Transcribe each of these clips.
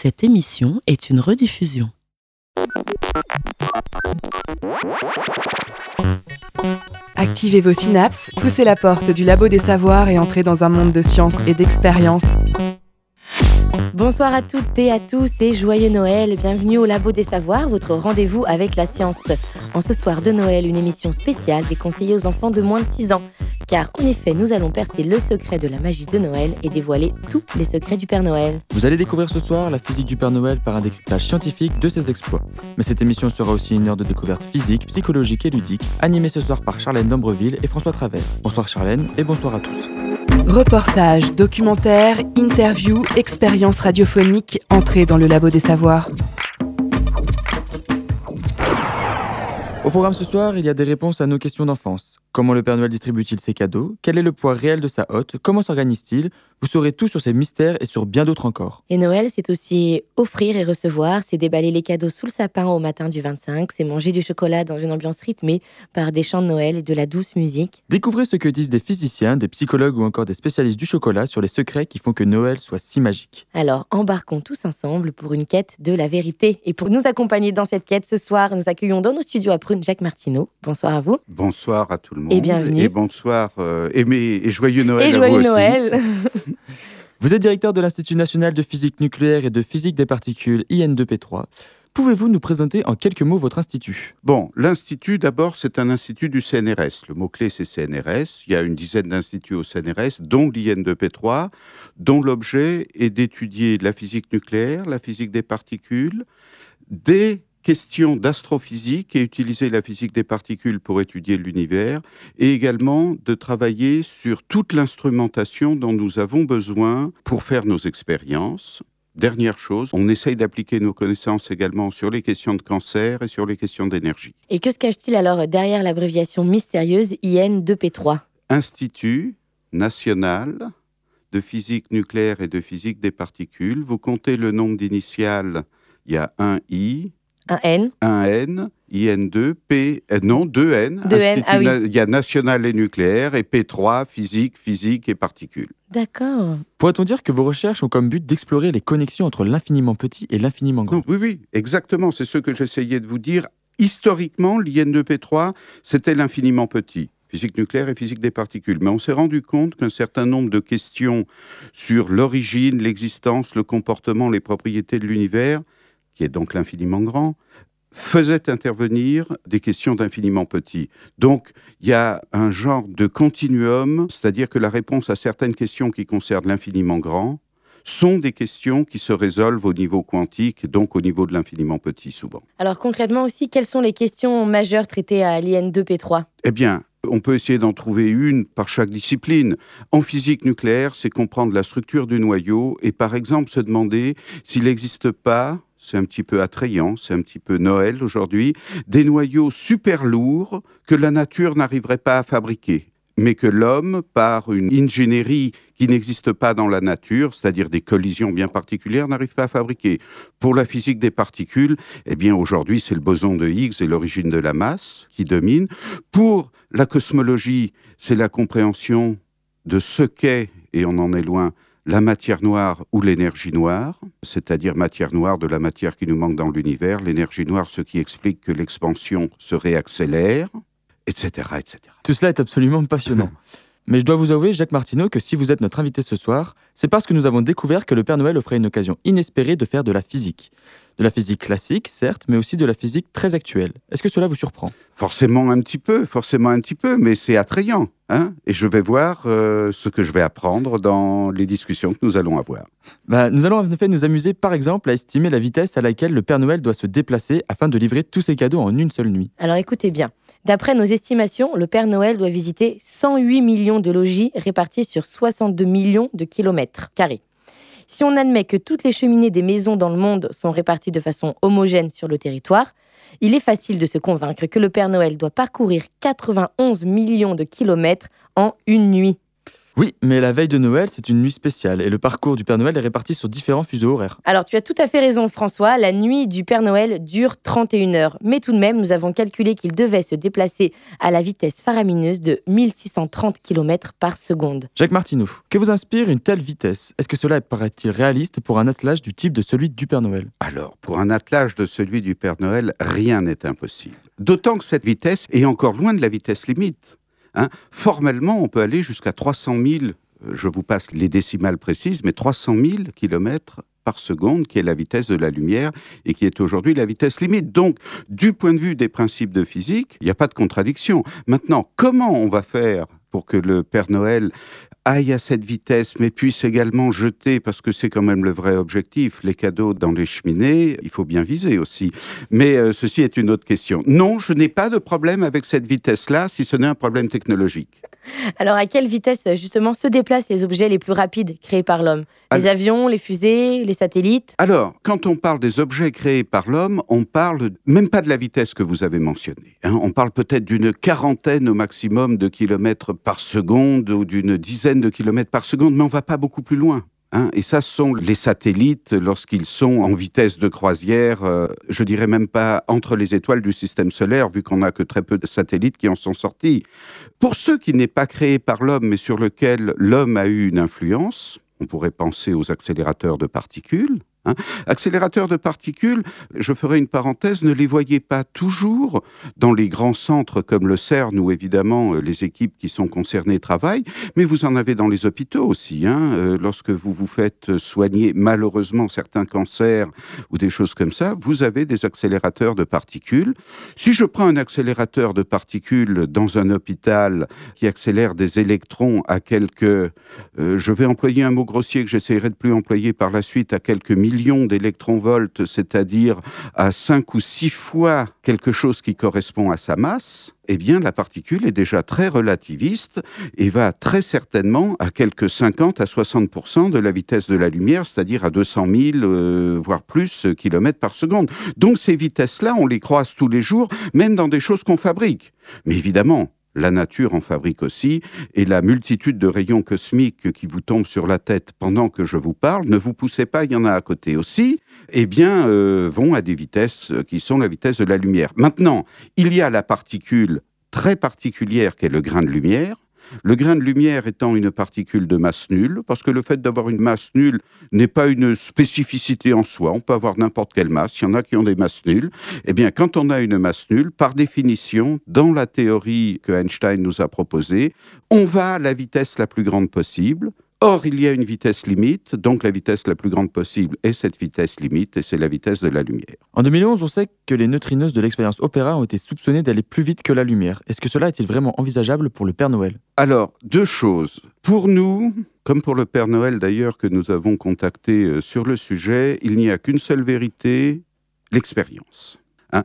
Cette émission est une rediffusion. Activez vos synapses, poussez la porte du labo des savoirs et entrez dans un monde de science et d'expérience. Bonsoir à toutes et à tous et joyeux Noël. Bienvenue au Labo des Savoirs, votre rendez-vous avec la science. En ce soir de Noël, une émission spéciale déconseillée aux enfants de moins de 6 ans. Car en effet, nous allons percer le secret de la magie de Noël et dévoiler tous les secrets du Père Noël. Vous allez découvrir ce soir la physique du Père Noël par un décryptage scientifique de ses exploits. Mais cette émission sera aussi une heure de découverte physique, psychologique et ludique, animée ce soir par Charlène d'Ambreville et François Travers. Bonsoir Charlène et bonsoir à tous. Reportages, documentaires, interviews, expériences radiophoniques, entrez dans le Labo des Savoirs. Au programme ce soir, il y a des réponses à nos questions d'enfance. Comment le Père Noël distribue-t-il ses cadeaux ? Quel est le poids réel de sa hotte ? Comment s'organise-t-il ? Vous saurez tout sur ces mystères et sur bien d'autres encore. Et Noël, c'est aussi offrir et recevoir, c'est déballer les cadeaux sous le sapin au matin du 25, c'est manger du chocolat dans une ambiance rythmée par des chants de Noël et de la douce musique. Découvrez ce que disent des physiciens, des psychologues ou encore des spécialistes du chocolat sur les secrets qui font que Noël soit si magique. Alors, embarquons tous ensemble pour une quête de la vérité. Et pour nous accompagner dans cette quête ce soir, nous accueillons dans nos studios à Prune Jacques Martineau. Bonsoir à vous. Bonsoir à tout le monde. Et bienvenue. Et bonsoir et joyeux Noël et à joyeux vous Noël. aussi. Vous êtes directeur de l'Institut national de physique nucléaire et de physique des particules IN2P3. Pouvez-vous nous présenter en quelques mots votre institut ? Bon, l'Institut, d'abord, c'est un institut du CNRS. Le mot-clé, c'est CNRS. Il y a une dizaine d'instituts au CNRS, dont l'IN2P3, dont l'objet est d'étudier la physique nucléaire, la physique des particules, des questions d'astrophysique et utiliser la physique des particules pour étudier l'univers, et également de travailler sur toute l'instrumentation dont nous avons besoin pour faire nos expériences. Dernière chose, on essaye d'appliquer nos connaissances également sur les questions de cancer et sur les questions d'énergie. Et que se cache-t-il alors derrière l'abréviation mystérieuse IN2P3 ? Institut national de physique nucléaire et de physique des particules. Vous comptez le nombre d'initiales, il y a un I, un N, IN2, non, 2 N. 2 N, ah oui. Il y a national et nucléaire, et P3, physique et particules. D'accord. Pourrait-on dire que vos recherches ont comme but d'explorer les connexions entre l'infiniment petit et l'infiniment grand ? Non, oui, exactement, c'est ce que j'essayais de vous dire. Historiquement, l'IN2P3, c'était l'infiniment petit. Physique nucléaire et physique des particules. Mais on s'est rendu compte qu'un certain nombre de questions sur l'origine, l'existence, le comportement, les propriétés de l'univers, qui est donc l'infiniment grand, faisait intervenir des questions d'infiniment petit. Donc, il y a un genre de continuum, c'est-à-dire que la réponse à certaines questions qui concernent l'infiniment grand sont des questions qui se résolvent au niveau quantique, donc au niveau de l'infiniment petit, souvent. Alors concrètement aussi, quelles sont les questions majeures traitées à l'IN2P3 ? Eh bien, on peut essayer d'en trouver une par chaque discipline. En physique nucléaire, c'est comprendre la structure du noyau et par exemple se demander s'il n'existe pas, c'est un petit peu attrayant, c'est un petit peu Noël aujourd'hui, des noyaux super lourds que la nature n'arriverait pas à fabriquer, mais que l'homme, par une ingénierie qui n'existe pas dans la nature, c'est-à-dire des collisions bien particulières, n'arrive pas à fabriquer. Pour la physique des particules, eh bien aujourd'hui, c'est le boson de Higgs et l'origine de la masse qui domine. Pour la cosmologie, c'est la compréhension de ce qu'est, et on en est loin, la matière noire ou l'énergie noire, c'est-à-dire matière noire de la matière qui nous manque dans l'univers, l'énergie noire, ce qui explique que l'expansion se réaccélère, etc., etc. Tout cela est absolument passionnant. Mais je dois vous avouer, Jacques Martineau, que si vous êtes notre invité ce soir, c'est parce que nous avons découvert que le Père Noël offrait une occasion inespérée de faire de la physique. De la physique classique, certes, mais aussi de la physique très actuelle. Est-ce que cela vous surprend ? Forcément un petit peu, mais c'est attrayant. Et je vais voir ce que je vais apprendre dans les discussions que nous allons avoir. Nous allons en effet nous amuser, par exemple, à estimer la vitesse à laquelle le Père Noël doit se déplacer afin de livrer tous ses cadeaux en une seule nuit. Alors écoutez bien. D'après nos estimations, le Père Noël doit visiter 108 millions de logis répartis sur 62 millions de kilomètres carrés. Si on admet que toutes les cheminées des maisons dans le monde sont réparties de façon homogène sur le territoire, il est facile de se convaincre que le Père Noël doit parcourir 91 millions de kilomètres en une nuit. Oui, mais la veille de Noël, c'est une nuit spéciale et le parcours du Père Noël est réparti sur différents fuseaux horaires. Alors tu as tout à fait raison François, la nuit du Père Noël dure 31 heures. Mais tout de même, nous avons calculé qu'il devait se déplacer à la vitesse faramineuse de 1630 km par seconde. Jacques Martineau, que vous inspire une telle vitesse ? Est-ce que cela paraît-il réaliste pour un attelage du type de celui du Père Noël ? Alors, pour un attelage de celui du Père Noël, rien n'est impossible. D'autant que cette vitesse est encore loin de la vitesse limite. Formellement, on peut aller jusqu'à 300 000, je vous passe les décimales précises, mais 300 000 km par seconde, qui est la vitesse de la lumière et qui est aujourd'hui la vitesse limite. Donc, du point de vue des principes de physique, il n'y a pas de contradiction. Maintenant, comment on va faire pour que le Père Noël aille à cette vitesse, mais puisse également jeter, parce que c'est quand même le vrai objectif, les cadeaux dans les cheminées, il faut bien viser aussi. Mais ceci est une autre question. Non, je n'ai pas de problème avec cette vitesse-là, si ce n'est un problème technologique. Alors à quelle vitesse justement se déplacent les objets les plus rapides créés par l'homme ? Les avions, les fusées, les satellites ? Alors, quand on parle des objets créés par l'homme, on parle même pas de la vitesse que vous avez mentionnée. On parle peut-être d'une quarantaine au maximum de kilomètres par seconde ou d'une dizaine de kilomètres par seconde, mais on ne va pas beaucoup plus loin. Et ça, ce sont les satellites lorsqu'ils sont en vitesse de croisière, je dirais même pas entre les étoiles du système solaire, vu qu'on n'a que très peu de satellites qui en sont sortis. Pour ceux qui n'est pas créé par l'homme, mais sur lequel l'homme a eu une influence, on pourrait penser aux accélérateurs de particules. Accélérateurs de particules, je ferai une parenthèse, ne les voyez pas toujours dans les grands centres comme le CERN où évidemment les équipes qui sont concernées travaillent, mais vous en avez dans les hôpitaux aussi. Lorsque vous vous faites soigner malheureusement certains cancers ou des choses comme ça, vous avez des accélérateurs de particules. Si je prends un accélérateur de particules dans un hôpital qui accélère des électrons à quelques, je vais employer un mot grossier que j'essaierai de plus employer par la suite, à quelques millions d'électronvolts, c'est-à-dire à 5 ou 6 fois quelque chose qui correspond à sa masse, eh bien la particule est déjà très relativiste et va très certainement à quelques 50 à 60% de la vitesse de la lumière, c'est-à-dire à 200 000, voire plus, kilomètres par seconde. Donc ces vitesses-là, on les croise tous les jours, même dans des choses qu'on fabrique. Mais évidemment, la nature en fabrique aussi, et la multitude de rayons cosmiques qui vous tombent sur la tête pendant que je vous parle, ne vous poussez pas, il y en a à côté aussi, vont à des vitesses qui sont la vitesse de la lumière. Maintenant, il y a la particule très particulière qu'est le grain de lumière. Le grain de lumière étant une particule de masse nulle, parce que le fait d'avoir une masse nulle n'est pas une spécificité en soi, on peut avoir n'importe quelle masse, il y en a qui ont des masses nulles. Eh bien, quand on a une masse nulle, par définition, dans la théorie que Einstein nous a proposée, on va à la vitesse la plus grande possible. Or, il y a une vitesse limite, donc la vitesse la plus grande possible est cette vitesse limite, et c'est la vitesse de la lumière. En 2011, on sait que les neutrinos de l'expérience Opéra ont été soupçonnés d'aller plus vite que la lumière. Est-ce que cela est-il vraiment envisageable pour le Père Noël ? Alors, deux choses. Pour nous, comme pour le Père Noël d'ailleurs que nous avons contacté sur le sujet, il n'y a qu'une seule vérité, l'expérience.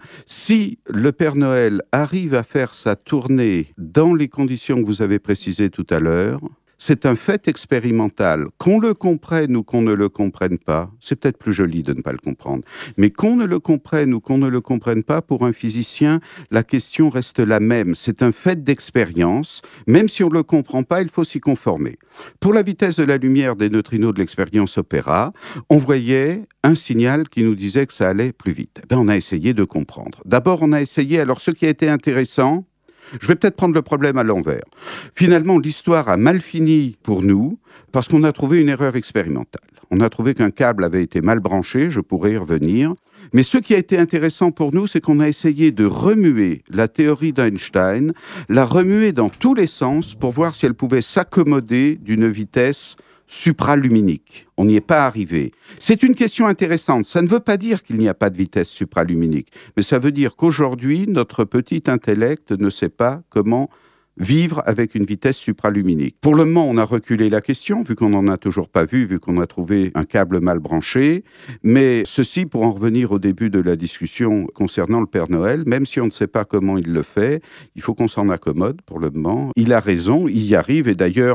Si le Père Noël arrive à faire sa tournée dans les conditions que vous avez précisées tout à l'heure, c'est un fait expérimental. Qu'on le comprenne ou qu'on ne le comprenne pas, c'est peut-être plus joli de ne pas le comprendre, mais qu'on ne le comprenne ou qu'on ne le comprenne pas, pour un physicien, la question reste la même. C'est un fait d'expérience. Même si on ne le comprend pas, il faut s'y conformer. Pour la vitesse de la lumière des neutrinos de l'expérience Opéra, on voyait un signal qui nous disait que ça allait plus vite. On a essayé de comprendre. D'abord, on a essayé, alors ce qui a été intéressant, je vais peut-être prendre le problème à l'envers. Finalement, l'histoire a mal fini pour nous parce qu'on a trouvé une erreur expérimentale. On a trouvé qu'un câble avait été mal branché, je pourrais y revenir. Mais ce qui a été intéressant pour nous, c'est qu'on a essayé de remuer la théorie d'Einstein, la remuer dans tous les sens pour voir si elle pouvait s'accommoder d'une vitesse supraluminique. On n'y est pas arrivé. C'est une question intéressante. Ça ne veut pas dire qu'il n'y a pas de vitesse supraluminique, mais ça veut dire qu'aujourd'hui, notre petit intellect ne sait pas comment vivre avec une vitesse supraluminique. Pour le moment, on a reculé la question, vu qu'on n'en a toujours pas vu qu'on a trouvé un câble mal branché. Mais ceci, pour en revenir au début de la discussion concernant le Père Noël, même si on ne sait pas comment il le fait, il faut qu'on s'en accommode pour le moment. Il a raison, il y arrive, et d'ailleurs,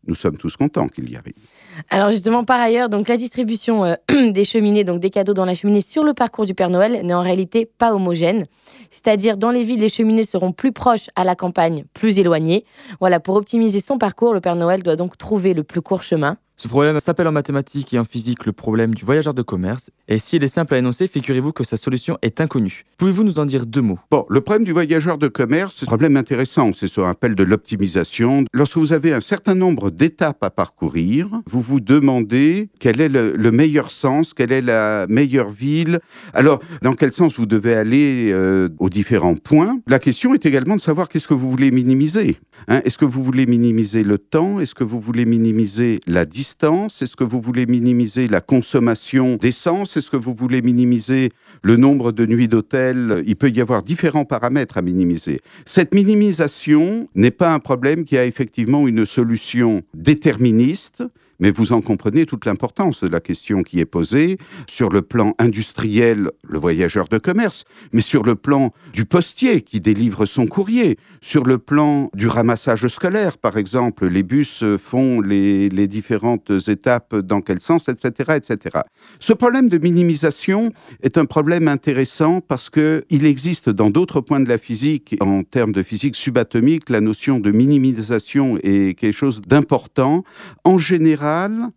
nous sommes tous contents qu'il y arrive. Alors justement, par ailleurs, donc la distribution des cheminées, donc des cadeaux dans la cheminée sur le parcours du Père Noël n'est en réalité pas homogène. C'est-à-dire, dans les villes, les cheminées seront plus proches, à la campagne, plus éloignées. Voilà, pour optimiser son parcours, le Père Noël doit donc trouver le plus court chemin. Ce problème s'appelle en mathématiques et en physique le problème du voyageur de commerce. Et s'il est simple à énoncer, figurez-vous que sa solution est inconnue. Pouvez-vous nous en dire 2 mots ? Bon, le problème du voyageur de commerce, c'est un problème intéressant. C'est ce qu'on appelle de l'optimisation. Lorsque vous avez un certain nombre d'étapes à parcourir, vous vous demandez quel est le meilleur sens, quelle est la meilleure ville. Alors, dans quel sens vous devez aller aux différents points. La question est également de savoir qu'est-ce que vous voulez minimiser. Est-ce que vous voulez minimiser le temps ? Est-ce que vous voulez minimiser la distance ? Est-ce que vous voulez minimiser la consommation d'essence ? Est-ce que vous voulez minimiser le nombre de nuits d'hôtel ? Il peut y avoir différents paramètres à minimiser. Cette minimisation n'est pas un problème qui a effectivement une solution déterministe, mais vous en comprenez toute l'importance de la question qui est posée sur le plan industriel, le voyageur de commerce, mais sur le plan du postier qui délivre son courrier, sur le plan du ramassage scolaire, par exemple, les bus font les différentes étapes dans quel sens, etc., etc. Ce problème de minimisation est un problème intéressant parce qu'il existe dans d'autres points de la physique, en termes de physique subatomique, la notion de minimisation est quelque chose d'important. En général,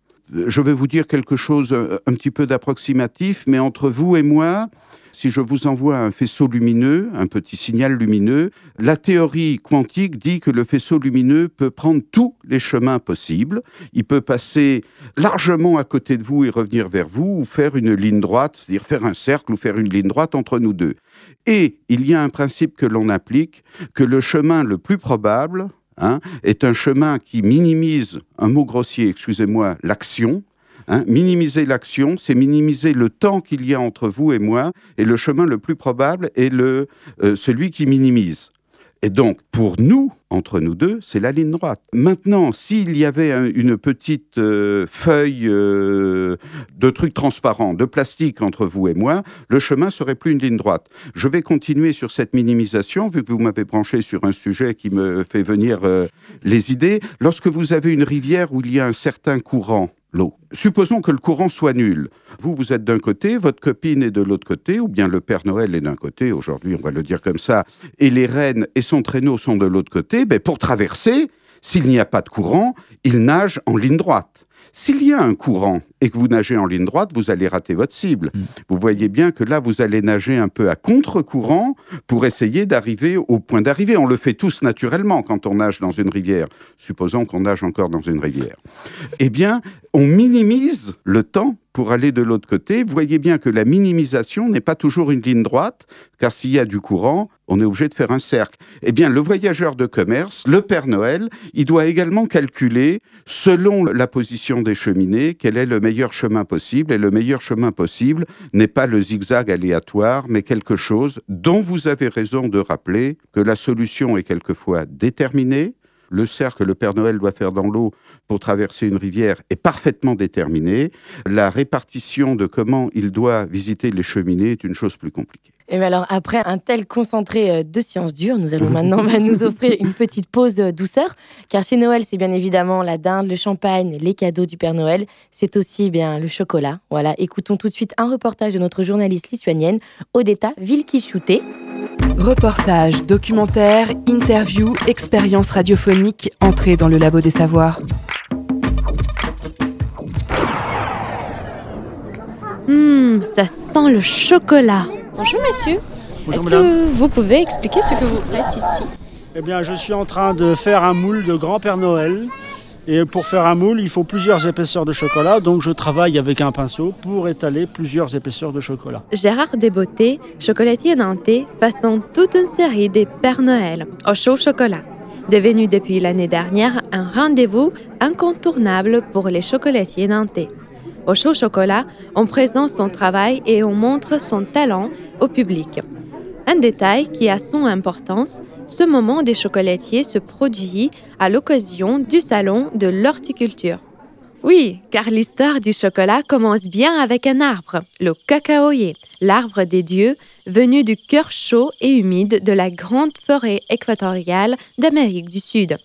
je vais vous dire quelque chose un petit peu d'approximatif, mais entre vous et moi, si je vous envoie un faisceau lumineux, un petit signal lumineux, la théorie quantique dit que le faisceau lumineux peut prendre tous les chemins possibles. Il peut passer largement à côté de vous et revenir vers vous, ou faire une ligne droite, c'est-à-dire faire un cercle ou faire une ligne droite entre nous deux. Et il y a un principe que l'on applique, que le chemin le plus probable est un chemin qui minimise, un mot grossier, excusez-moi, l'action. Minimiser l'action, c'est minimiser le temps qu'il y a entre vous et moi, et le chemin le plus probable est celui qui minimise. Et donc, pour nous, entre nous deux, c'est la ligne droite. Maintenant, s'il y avait une petite feuille de trucs transparents, de plastique entre vous et moi, le chemin serait plus une ligne droite. Je vais continuer sur cette minimisation, vu que vous m'avez branché sur un sujet qui me fait venir les idées. Lorsque vous avez une rivière où il y a un certain courant, l'eau. Supposons que le courant soit nul. Vous êtes d'un côté, votre copine est de l'autre côté, ou bien le Père Noël est d'un côté, aujourd'hui on va le dire comme ça, et les rennes et son traîneau sont de l'autre côté. Pour traverser, s'il n'y a pas de courant, il nage en ligne droite. S'il y a un courant et que vous nagez en ligne droite, vous allez rater votre cible. Vous voyez bien que là, vous allez nager un peu à contre-courant pour essayer d'arriver au point d'arrivée. On le fait tous naturellement quand on nage dans une rivière. Supposons qu'on nage encore dans une rivière. Eh bien, on minimise le temps pour aller de l'autre côté. Vous voyez bien que la minimisation n'est pas toujours une ligne droite, car s'il y a du courant, on est obligé de faire un cercle. Eh bien, le voyageur de commerce, le Père Noël, il doit également calculer, selon la position des cheminées, quel est le meilleur chemin possible. Et le meilleur chemin possible n'est pas le zigzag aléatoire, mais quelque chose dont vous avez raison de rappeler que la solution est quelquefois déterminée. Le cercle que le Père Noël doit faire dans l'eau pour traverser une rivière est parfaitement déterminé. La répartition de comment il doit visiter les cheminées est une chose plus compliquée. Et bien alors, après un tel concentré de sciences dures, nous allons maintenant nous offrir une petite pause douceur. Car si Noël, c'est bien évidemment la dinde, le champagne, les cadeaux du Père Noël, c'est aussi bien le chocolat. Voilà, écoutons tout de suite un reportage de notre journaliste lituanienne, Odeta Vilkišiūtė. Reportage, documentaire, interview, expérience radiophonique, entrée dans le labo des savoirs. Ça sent le chocolat. Bonjour monsieur. Bonjour Est-ce madame. que vous pouvez expliquer ce que vous faites ici? Eh bien, je suis en train de faire un moule de grand Père Noël. Et pour faire un moule, il faut plusieurs épaisseurs de chocolat. Donc, je travaille avec un pinceau pour étaler plusieurs épaisseurs de chocolat. Gérard Desbottés, chocolatier nantais, façonne toute une série des Pères Noël au chaud chocolat, devenu depuis l'année dernière un rendez-vous incontournable pour les chocolatiers nantais. Au chaud chocolat, on présente son travail et on montre son talent au public. Un détail qui a son importance, ce moment des chocolatiers se produit à l'occasion du salon de l'horticulture. Oui, car l'histoire du chocolat commence bien avec un arbre, le cacaoyer, l'arbre des dieux, venu du cœur chaud et humide de la grande forêt équatoriale d'Amérique du Sud.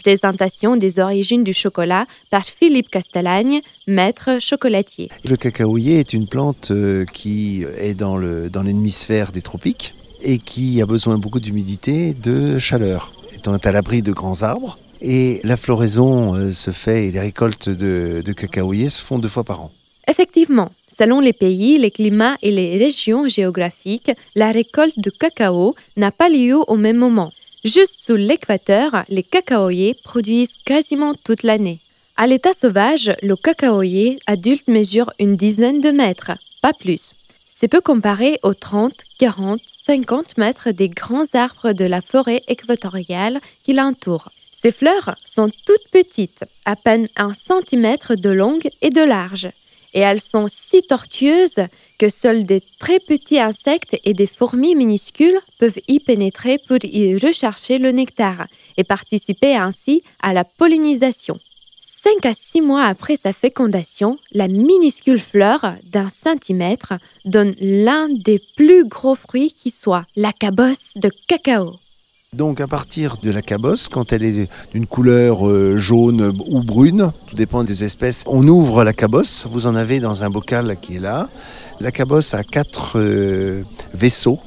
Présentation des origines du chocolat par Philippe Castallagne, maître chocolatier. Le cacaoyer est une plante qui est dans l'hémisphère des tropiques et qui a besoin beaucoup d'humidité, de chaleur. Étant à l'abri de grands arbres, et la floraison se fait et les récoltes de cacaoyers se font 2 fois par an. Effectivement, selon les pays, les climats et les régions géographiques, la récolte de cacao n'a pas lieu au même moment. Juste sous l'équateur, les cacaoyers produisent quasiment toute l'année. À l'état sauvage, le cacaoyer adulte mesure une dizaine de mètres, pas plus. C'est peu comparé aux 30, 40, 50 mètres des grands arbres de la forêt équatoriale qui l'entourent. Ces fleurs sont toutes petites, à peine 1 centimètre de longue et de large. Et elles sont si tortueuses que seuls des très petits insectes et des fourmis minuscules peuvent y pénétrer pour y rechercher le nectar et participer ainsi à la pollinisation. 5 à 6 mois après sa fécondation, la minuscule fleur d'1 centimètre donne l'un des plus gros fruits qui soit, la cabosse de cacao. Donc à partir de la cabosse, quand elle est d'une couleur jaune ou brune, tout dépend des espèces, on ouvre la cabosse, vous en avez dans un bocal qui est là. La cabosse a 4 vaisseaux,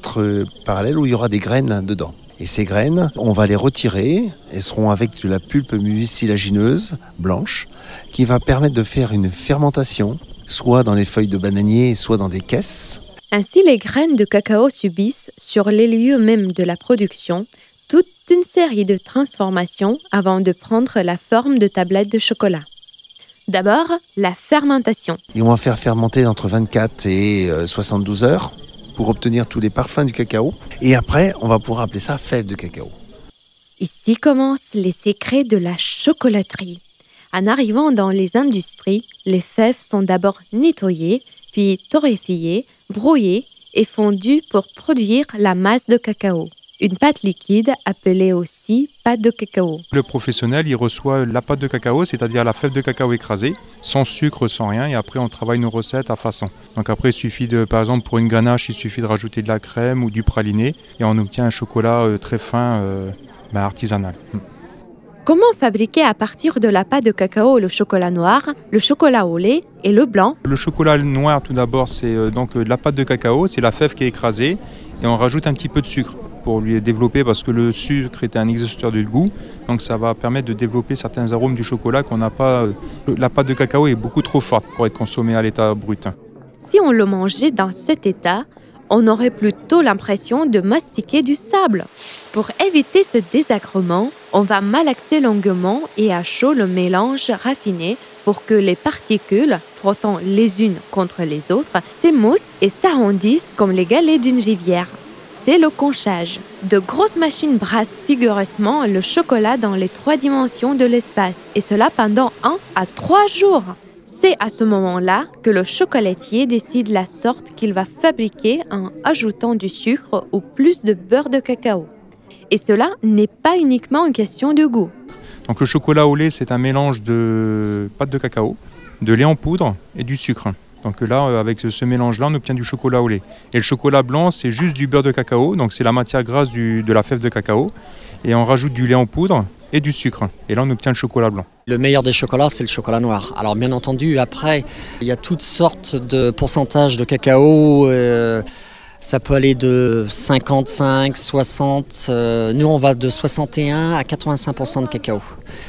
4 parallèles où il y aura des graines dedans. Et ces graines, on va les retirer, elles seront avec de la pulpe mucilagineuse blanche qui va permettre de faire une fermentation, soit dans les feuilles de bananier, soit dans des caisses. Ainsi, les graines de cacao subissent, sur les lieux même de la production, toute une série de transformations avant de prendre la forme de tablettes de chocolat. D'abord, la fermentation. Et on va faire fermenter entre 24 et 72 heures pour obtenir tous les parfums du cacao. Et après, on va pouvoir appeler ça fève de cacao. Ici commencent les secrets de la chocolaterie. En arrivant dans les industries, les fèves sont d'abord nettoyées, puis torréfiées, brouillées et fondues pour produire la masse de cacao. Une pâte liquide appelée aussi pâte de cacao. Le professionnel, il reçoit la pâte de cacao, c'est-à-dire la fève de cacao écrasée, sans sucre, sans rien, et après on travaille nos recettes à façon. Donc après, il suffit par exemple pour une ganache, il suffit de rajouter de la crème ou du praliné, et on obtient un chocolat très fin, artisanal. Comment fabriquer à partir de la pâte de cacao le chocolat noir, le chocolat au lait et le blanc? Le chocolat noir, tout d'abord, c'est donc de la pâte de cacao, c'est la fève qui est écrasée, et on rajoute un petit peu de sucre pour lui développer, parce que le sucre est un exhausteur de goût, donc ça va permettre de développer certains arômes du chocolat qu'on n'a pas. La pâte de cacao est beaucoup trop forte pour être consommée à l'état brut. Si on le mangeait dans cet état, on aurait plutôt l'impression de mastiquer du sable. Pour éviter ce désagrément, on va malaxer longuement et à chaud le mélange raffiné pour que les particules, frottant les unes contre les autres, s'émoussent et s'arrondissent comme les galets d'une rivière. C'est le conchage. De grosses machines brassent vigoureusement le chocolat dans les 3 dimensions de l'espace, et cela pendant 1 à 3 jours. C'est à ce moment-là que le chocolatier décide la sorte qu'il va fabriquer en ajoutant du sucre ou plus de beurre de cacao. Et cela n'est pas uniquement une question de goût. Donc le chocolat au lait, c'est un mélange de pâte de cacao, de lait en poudre et du sucre. Donc là, avec ce mélange-là, on obtient du chocolat au lait. Et le chocolat blanc, c'est juste du beurre de cacao, donc c'est la matière grasse de la fève de cacao. Et on rajoute du lait en poudre et du sucre. Et là, on obtient le chocolat blanc. Le meilleur des chocolats, c'est le chocolat noir. Alors bien entendu, après, il y a toutes sortes de pourcentages de cacao. Ça peut aller de 55, 60. Nous, on va de 61 à 85% de cacao.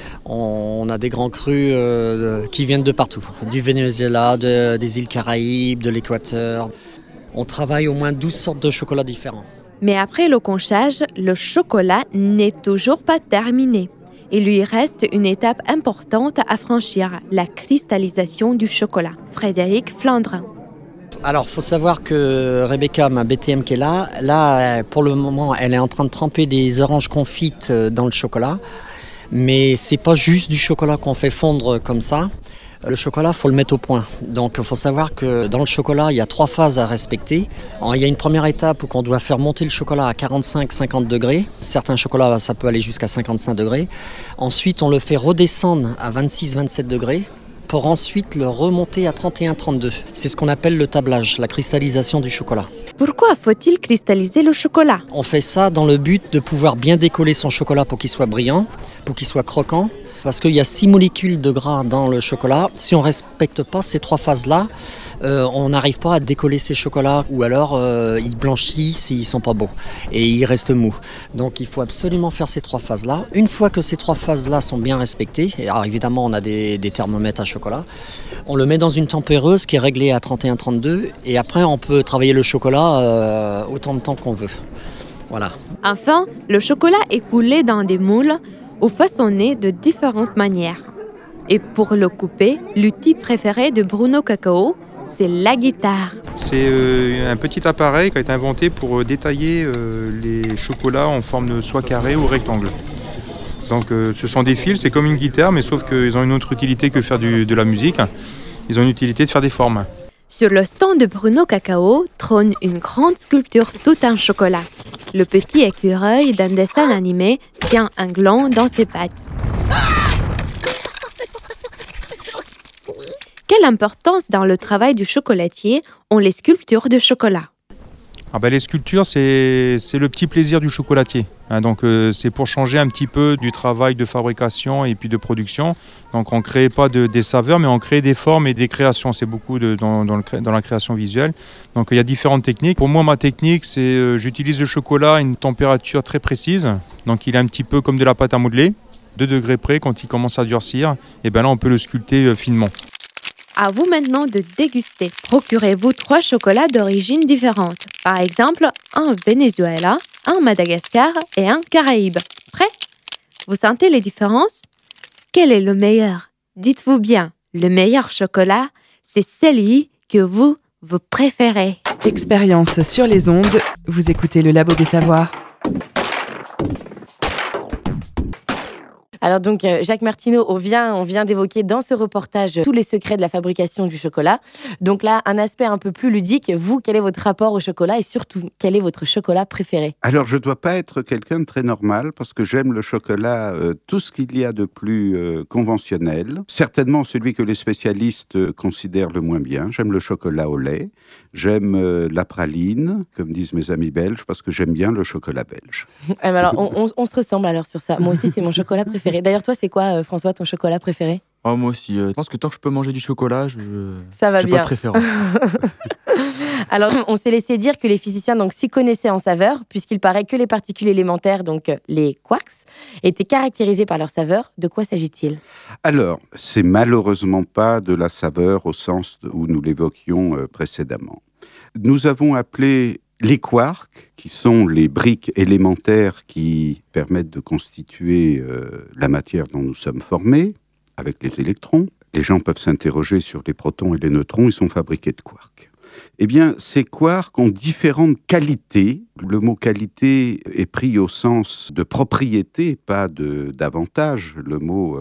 On a des grands crus qui viennent de partout, du Venezuela, des îles Caraïbes, de l'Équateur. On travaille au moins 12 sortes de chocolats différents. Mais après le conchage, le chocolat n'est toujours pas terminé. Il lui reste une étape importante à franchir, la cristallisation du chocolat. Frédéric Flandrin. Alors, il faut savoir que Rebecca, ma BTM qui est là, pour le moment, elle est en train de tremper des oranges confites dans le chocolat. Mais c'est pas juste du chocolat qu'on fait fondre comme ça. Le chocolat, il faut le mettre au point. Donc il faut savoir que dans le chocolat, il y a 3 phases à respecter. Alors, il y a une première étape où on doit faire monter le chocolat à 45-50 degrés. Certains chocolats, ça peut aller jusqu'à 55 degrés. Ensuite, on le fait redescendre à 26-27 degrés pour ensuite le remonter à 31-32. C'est ce qu'on appelle le tablage, la cristallisation du chocolat. Pourquoi faut-il cristalliser le chocolat? On fait ça dans le but de pouvoir bien décoller son chocolat pour qu'il soit brillant, pour qu'il soit croquant. Parce qu'il y a 6 molécules de gras dans le chocolat. Si on ne respecte pas ces 3 phases-là, on n'arrive pas à décoller ces chocolats. Ou alors, ils blanchissent et ils ne sont pas beaux. Et ils restent mous. Donc, il faut absolument faire ces 3 phases-là. Une fois que ces 3 phases-là sont bien respectées, et alors évidemment, on a des thermomètres à chocolat, on le met dans une tempéreuse qui est réglée à 31-32. Et après, on peut travailler le chocolat autant de temps qu'on veut. Voilà. Enfin, le chocolat est coulé dans des moules ou façonné de différentes manières. Et pour le couper, l'outil préféré de Bruno Cacao, c'est la guitare. C'est un petit appareil qui a été inventé pour détailler les chocolats en forme de soit carré ou rectangle. Donc ce sont des fils, c'est comme une guitare, mais sauf qu'ils ont une autre utilité que faire de la musique. Ils ont une utilité de faire des formes. Sur le stand de Bruno Cacao trône une grande sculpture toute en chocolat. Le petit écureuil d'un dessin animé tient un gland dans ses pattes. Quelle importance dans le travail du chocolatier ont les sculptures de chocolat? Les sculptures, c'est le petit plaisir du chocolatier. Donc c'est pour changer un petit peu du travail de fabrication et puis de production. Donc on ne crée pas des saveurs, mais on crée des formes et des créations. C'est beaucoup dans la création visuelle. Donc il y a différentes techniques. Pour moi, ma technique, c'est j'utilise le chocolat à une température très précise. Donc il est un petit peu comme de la pâte à modeler, 2 degrés près. Quand il commence à durcir, et là on peut le sculpter finement. À vous maintenant de déguster. Procurez-vous 3 chocolats d'origine différente. Par exemple, un au Venezuela, un au Madagascar et un Caraïbes. Prêt? Vous sentez les différences? Quel est le meilleur? Dites-vous bien, le meilleur chocolat, c'est celui que vous préférez. Expérience sur les ondes, vous écoutez le Labo des Savoirs. Alors donc, Jacques Martineau, on vient d'évoquer dans ce reportage tous les secrets de la fabrication du chocolat. Donc là, un aspect un peu plus ludique. Vous, quel est votre rapport au chocolat et surtout, quel est votre chocolat préféré? Alors, je ne dois pas être quelqu'un de très normal parce que j'aime le chocolat, tout ce qu'il y a de plus conventionnel. Certainement celui que les spécialistes considèrent le moins bien. J'aime le chocolat au lait. J'aime la praline, comme disent mes amis belges, parce que j'aime bien le chocolat belge. Alors, on se ressemble alors sur ça. Moi aussi, c'est mon chocolat préféré. D'ailleurs, toi, c'est quoi, François, ton chocolat préféré? Moi aussi. Je pense que tant que je peux manger du chocolat, ça va j'ai bien. Pas de préférence. Alors, on s'est laissé dire que les physiciens s'y connaissaient en saveur, puisqu'il paraît que les particules élémentaires, donc les quarks, étaient caractérisées par leur saveur. De quoi s'agit-il? Alors, c'est malheureusement pas de la saveur au sens où nous l'évoquions précédemment. Nous avons appelé les quarks, qui sont les briques élémentaires qui permettent de constituer la matière dont nous sommes formés, avec les électrons. Les gens peuvent s'interroger sur les protons et les neutrons, ils sont fabriqués de quarks. Eh bien, ces quarks ont différentes qualités. Le mot qualité est pris au sens de propriété, pas d'avantage. Le mot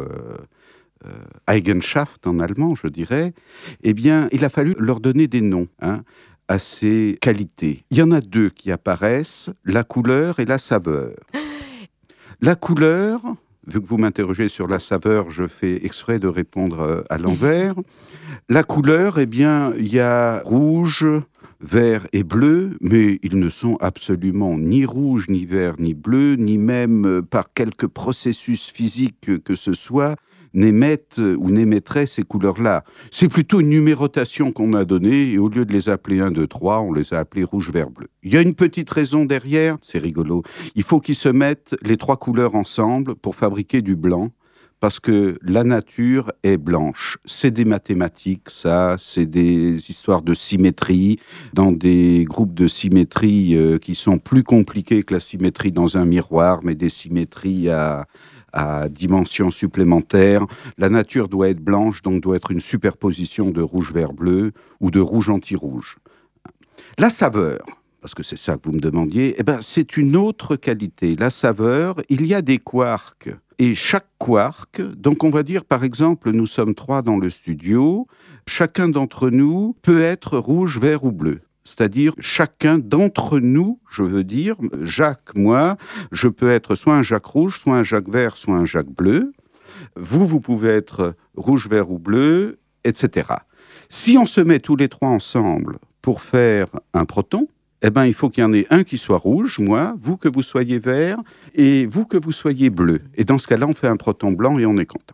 Eigenschaft en allemand, je dirais. Eh bien, il a fallu leur donner des noms à ces qualités. Il y en a 2 qui apparaissent, la couleur et la saveur. La couleur, vu que vous m'interrogez sur la saveur, je fais exprès de répondre à l'envers. La couleur, eh bien, il y a rouge, vert et bleu, mais ils ne sont absolument ni rouge, ni vert, ni bleu, ni même par quelque processus physique que ce soit, n'émettent ou n'émettraient ces couleurs-là. C'est plutôt une numérotation qu'on a donnée, et au lieu de les appeler 1, 2, 3, on les a appelés rouge, vert, bleu. Il y a une petite raison derrière, c'est rigolo. Il faut qu'ils se mettent les 3 couleurs ensemble pour fabriquer du blanc, parce que la nature est blanche. C'est des mathématiques, ça, c'est des histoires de symétrie, dans des groupes de symétrie qui sont plus compliqués que la symétrie dans un miroir, mais des symétries à dimension supplémentaire. La nature doit être blanche, donc doit être une superposition de rouge, vert, bleu ou de rouge anti-rouge. La saveur, parce que c'est ça que vous me demandiez, c'est une autre qualité. La saveur, il y a des quarks. Et chaque quark, donc on va dire par exemple, nous sommes 3 dans le studio, chacun d'entre nous peut être rouge, vert ou bleu. C'est-à-dire, chacun d'entre nous, je veux dire, Jacques, moi, je peux être soit un Jacques rouge, soit un Jacques vert, soit un Jacques bleu. Vous pouvez être rouge, vert ou bleu, etc. Si on se met tous les trois ensemble pour faire un proton, eh ben, il faut qu'il y en ait un qui soit rouge, moi, vous que vous soyez vert, et vous que vous soyez bleu. Et dans ce cas-là, on fait un proton blanc et on est content.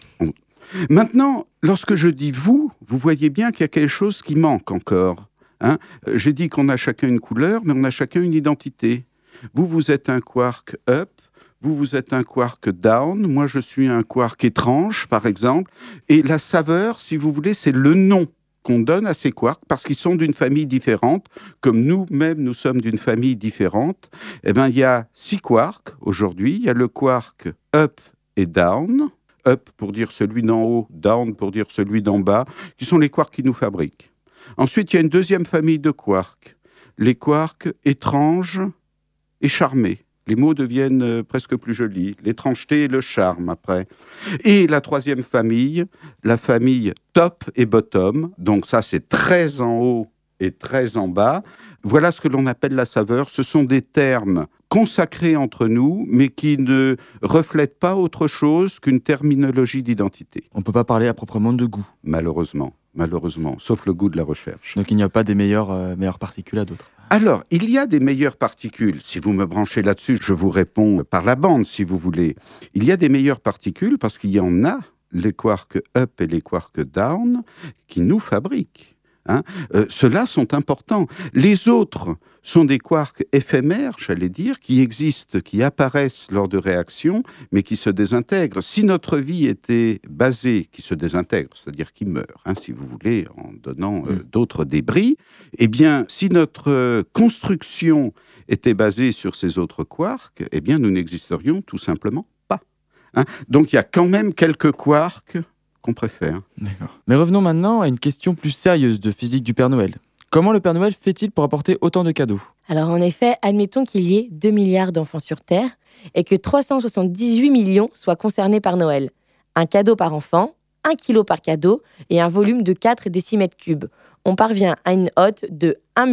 Maintenant, lorsque je dis vous voyez bien qu'il y a quelque chose qui manque encore. Hein. J'ai dit qu'on a chacun une couleur, mais on a chacun une identité. Vous êtes un quark up, vous êtes un quark down, moi je suis un quark étrange, par exemple. Et la saveur, si vous voulez, c'est le nom qu'on donne à ces quarks, parce qu'ils sont d'une famille différente, comme nous-mêmes, nous sommes d'une famille différente. Eh bien, il y a 6 quarks aujourd'hui. Il y a le quark up et down. Up pour dire celui d'en haut, down pour dire celui d'en bas, qui sont les quarks qui nous fabriquent. Ensuite, il y a une deuxième famille de quarks, les quarks étranges et charmés. Les mots deviennent presque plus jolis, l'étrangeté et le charme après. Et la troisième famille, la famille top et bottom, donc ça c'est très en haut et très en bas. Voilà ce que l'on appelle la saveur. Ce sont des termes consacrés entre nous, mais qui ne reflètent pas autre chose qu'une terminologie d'identité. On ne peut pas parler à proprement de goût. Malheureusement, sauf le goût de la recherche. Donc il n'y a pas des meilleures particules à d'autres. Alors, il y a des meilleures particules. Si vous me branchez là-dessus, je vous réponds par la bande, si vous voulez. Il y a des meilleures particules parce qu'il y en a, les quarks up et les quarks down, qui nous fabriquent. Hein. Ceux-là sont importants. Les autres sont des quarks éphémères, j'allais dire, qui existent, qui apparaissent lors de réactions, mais qui se désintègrent. Si notre vie était basée, qui se désintègre, c'est-à-dire qui meurt, hein, si vous voulez, en donnant d'autres débris, eh bien, si notre construction était basée sur ces autres quarks, eh bien, nous n'existerions tout simplement pas. Hein. Donc, il y a quand même quelques quarks qu'on préfère. D'accord. Mais revenons maintenant à une question plus sérieuse de physique du Père Noël. Comment le Père Noël fait-il pour apporter autant de cadeaux ? Alors en effet, admettons qu'il y ait 2 milliards d'enfants sur Terre et que 378 millions soient concernés par Noël. Un cadeau par enfant, 1 kilo par cadeau et un volume de 4 décimètres cubes. On parvient à une hotte de 1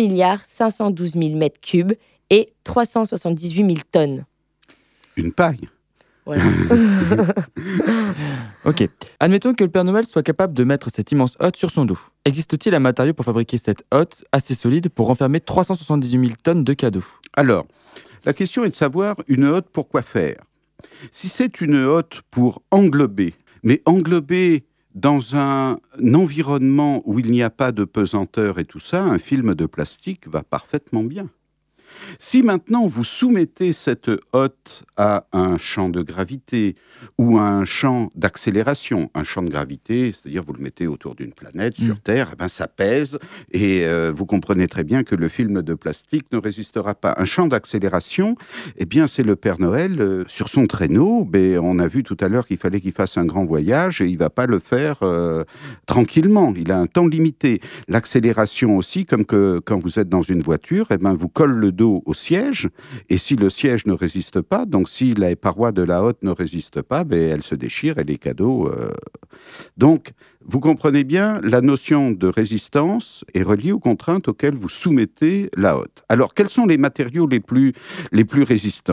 512 000 mètres cubes et 378 000 tonnes. Une paille. Voilà. Ok. Admettons que le Père Noël soit capable de mettre cette immense hotte sur son dos. Existe-t-il un matériau pour fabriquer cette hotte assez solide pour renfermer 378 000 tonnes de cadeaux ? Alors, la question est de savoir une hotte pour quoi faire. Si c'est une hotte pour englober, mais englober dans un environnement où il n'y a pas de pesanteur et tout ça, un film de plastique va parfaitement bien. Si maintenant vous soumettez cette hotte à un champ de gravité ou à un champ d'accélération, un champ de gravité, c'est-à-dire vous le mettez autour d'une planète sur Terre, eh ben ça pèse et vous comprenez très bien que le film de plastique ne résistera pas. Un champ d'accélération, eh bien c'est le Père Noël sur son traîneau. Ben, on a vu tout à l'heure qu'il fallait qu'il fasse un grand voyage et il ne va pas le faire tranquillement. Il a un temps limité. L'accélération aussi, comme que quand vous êtes dans une voiture, eh ben vous colle le dos au siège, et si le siège ne résiste pas, donc si les parois de la hotte ne résistent pas, ben, elle se déchire et les cadeaux... Donc, vous comprenez bien, la notion de résistance est reliée aux contraintes auxquelles vous soumettez la hotte. Alors, quels sont les matériaux les plus résistants ?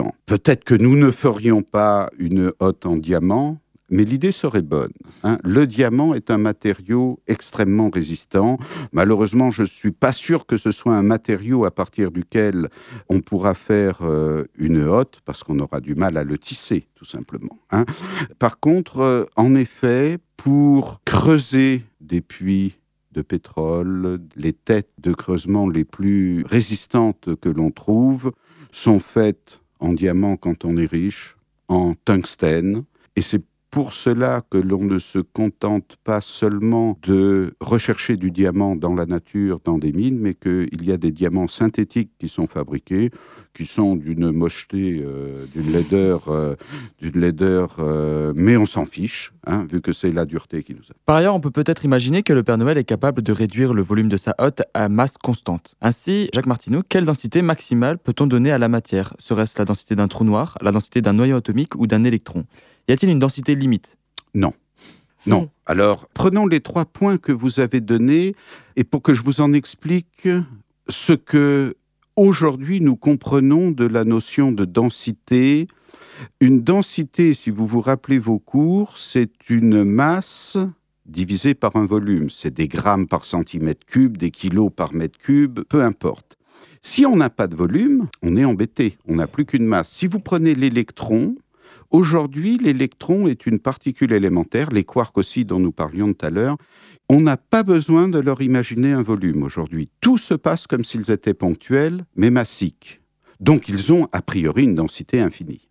Peut-être que nous ne ferions pas une hotte en diamant, mais l'idée serait bonne. Hein. Le diamant est un matériau extrêmement résistant. Malheureusement, je ne suis pas sûr que ce soit un matériau à partir duquel on pourra faire une hotte, parce qu'on aura du mal à le tisser, tout simplement. Hein. Par contre, en effet, pour creuser des puits de pétrole, les têtes de creusement les plus résistantes que l'on trouve sont faites en diamant quand on est riche, en tungstène, et c'est pour cela que l'on ne se contente pas seulement de rechercher du diamant dans la nature, dans des mines, mais qu'il y a des diamants synthétiques qui sont fabriqués, qui sont d'une mocheté, d'une laideur, mais on s'en fiche, hein, vu que c'est la dureté qui nous a. Par ailleurs, on peut peut-être imaginer que le Père Noël est capable de réduire le volume de sa hotte à masse constante. Ainsi, Jacques Martineau, quelle densité maximale peut-on donner à la matière ? Serait-ce la densité d'un trou noir, la densité d'un noyau atomique ou d'un électron ? Y a-t-il une densité limite ? Non. Non. Alors, prenons les 3 points que vous avez donnés et pour que je vous en explique ce que Aujourd'hui, nous comprenons de la notion de densité. Une densité, si vous vous rappelez vos cours, c'est une masse divisée par un volume. C'est des grammes par centimètre cube, des kilos par mètre cube, peu importe. Si on n'a pas de volume, on est embêté, on n'a plus qu'une masse. Si vous prenez l'électron, aujourd'hui, l'électron est une particule élémentaire, les quarks aussi dont nous parlions tout à l'heure. On n'a pas besoin de leur imaginer un volume aujourd'hui. Tout se passe comme s'ils étaient ponctuels, mais massiques. Donc ils ont a priori une densité infinie.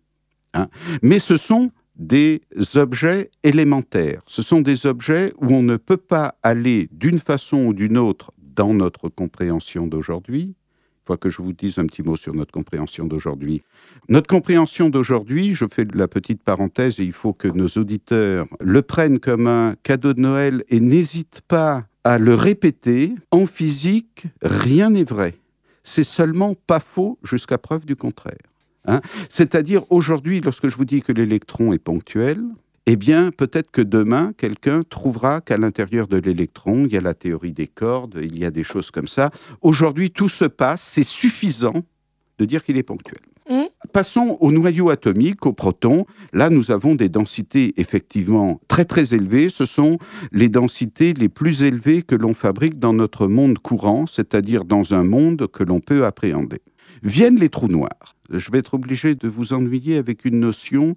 Mais ce sont des objets élémentaires. Ce sont des objets où on ne peut pas aller d'une façon ou d'une autre dans notre compréhension d'aujourd'hui. Il faut que je vous dise un petit mot sur notre compréhension d'aujourd'hui. Notre compréhension d'aujourd'hui, je fais la petite parenthèse et il faut que nos auditeurs le prennent comme un cadeau de Noël et n'hésitent pas à le répéter. En physique, rien n'est vrai. C'est seulement pas faux jusqu'à preuve du contraire. C'est-à-dire, aujourd'hui, lorsque je vous dis que l'électron est ponctuel, eh bien, peut-être que demain, quelqu'un trouvera qu'à l'intérieur de l'électron, il y a la théorie des cordes, il y a des choses comme ça. Aujourd'hui, tout se passe, c'est suffisant de dire qu'il est ponctuel. Passons au noyau atomique, au proton. Là, nous avons des densités effectivement très très élevées. Ce sont les densités les plus élevées que l'on fabrique dans notre monde courant, c'est-à-dire dans un monde que l'on peut appréhender. Viennent les trous noirs. Je vais être obligé de vous ennuyer avec une notion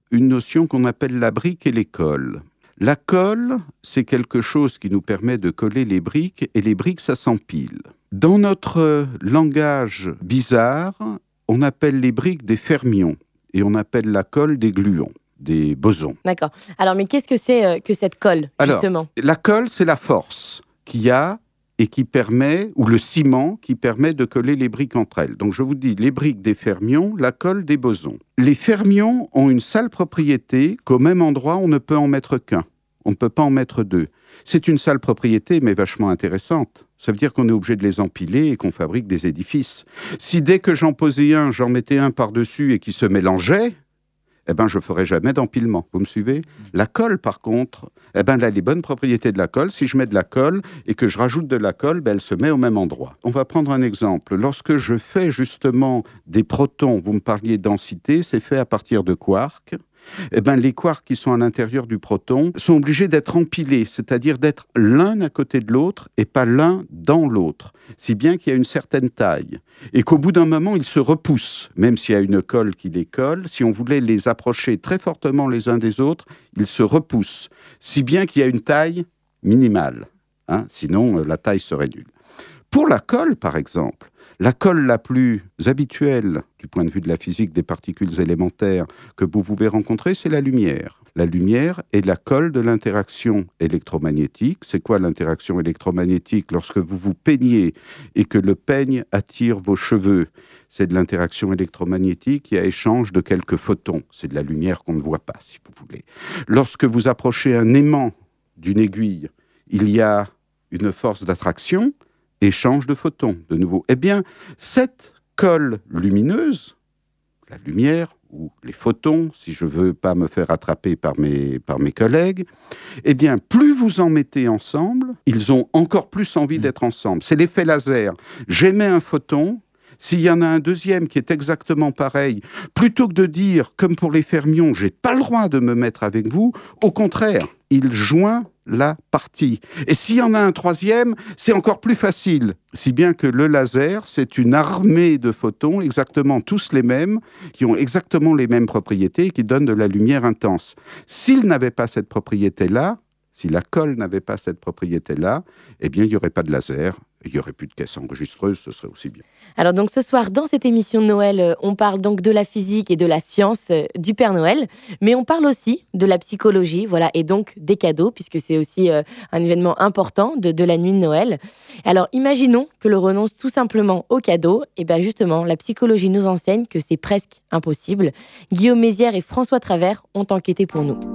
qu'on appelle la brique et les cols. La colle, c'est quelque chose qui nous permet de coller les briques, et les briques, ça s'empile. Dans notre langage bizarre, on appelle les briques des fermions, et on appelle la colle des gluons, des bosons. D'accord. Alors, mais qu'est-ce que c'est que cette colle, justement ? Alors, la colle, c'est la force qu'il y a et qui permet, ou le ciment, qui permet de coller les briques entre elles. Donc je vous dis, les briques des fermions, la colle des bosons. Les fermions ont une sale propriété qu'au même endroit, on ne peut en mettre qu'un. On ne peut pas en mettre deux. C'est une sale propriété, mais vachement intéressante. Ça veut dire qu'on est obligé de les empiler et qu'on fabrique des édifices. Si dès que j'en posais un, j'en mettais un par-dessus et qui se mélangeait, eh ben, je ne ferai jamais d'empilement. Vous me suivez ? La colle, par contre, eh ben, là, les bonnes propriétés de la colle, si je mets de la colle et que je rajoute de la colle, ben, elle se met au même endroit. On va prendre un exemple. Lorsque je fais justement des protons, vous me parliez de densité, c'est fait à partir de quarks. Eh ben, les quarks qui sont à l'intérieur du proton sont obligés d'être empilés, c'est-à-dire d'être l'un à côté de l'autre et pas l'un dans l'autre, si bien qu'il y a une certaine taille. Et qu'au bout d'un moment, ils se repoussent, même s'il y a une colle qui les colle. Si on voulait les approcher très fortement les uns des autres, ils se repoussent, si bien qu'il y a une taille minimale. Sinon, la taille serait nulle. Pour la colle, par exemple, la colle la plus habituelle, du point de vue de la physique des particules élémentaires, que vous pouvez rencontrer, c'est la lumière. La lumière est la colle de l'interaction électromagnétique. C'est quoi l'interaction électromagnétique ? Lorsque vous vous peignez et que le peigne attire vos cheveux, c'est de l'interaction électromagnétique. Il y a échange de quelques photons. C'est de la lumière qu'on ne voit pas, si vous voulez. Lorsque vous approchez un aimant d'une aiguille, il y a une force d'attraction, échange de photons, de nouveau. Eh bien, cette colle lumineuse, la lumière, ou les photons, si je ne veux pas me faire attraper par mes collègues, eh bien, plus vous en mettez ensemble, ils ont encore plus envie d'être ensemble. C'est l'effet laser. J'émets un photon, s'il y en a un deuxième qui est exactement pareil, plutôt que de dire, comme pour les fermions, j'ai pas le droit de me mettre avec vous, au contraire, il joint la partie. Et s'il y en a un troisième, c'est encore plus facile. Si bien que le laser, c'est une armée de photons, exactement tous les mêmes, qui ont exactement les mêmes propriétés et qui donnent de la lumière intense. S'il n'avait pas cette propriété-là, si la colle n'avait pas cette propriété-là, eh bien, il n'y aurait pas de laser. Il n'y aurait plus de caisse enregistreuse, ce serait aussi bien. Alors donc ce soir, dans cette émission de Noël, on parle donc de la physique et de la science du Père Noël, mais on parle aussi de la psychologie, voilà, et donc des cadeaux, puisque c'est aussi un événement important de la nuit de Noël. Alors imaginons que l'on renonce tout simplement aux cadeaux, et bien justement, la psychologie nous enseigne que c'est presque impossible. Guillaume Mézières et François Travers ont enquêté pour nous.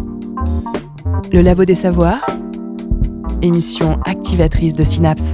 Le Labo des Savoirs, émission activatrice de synapses.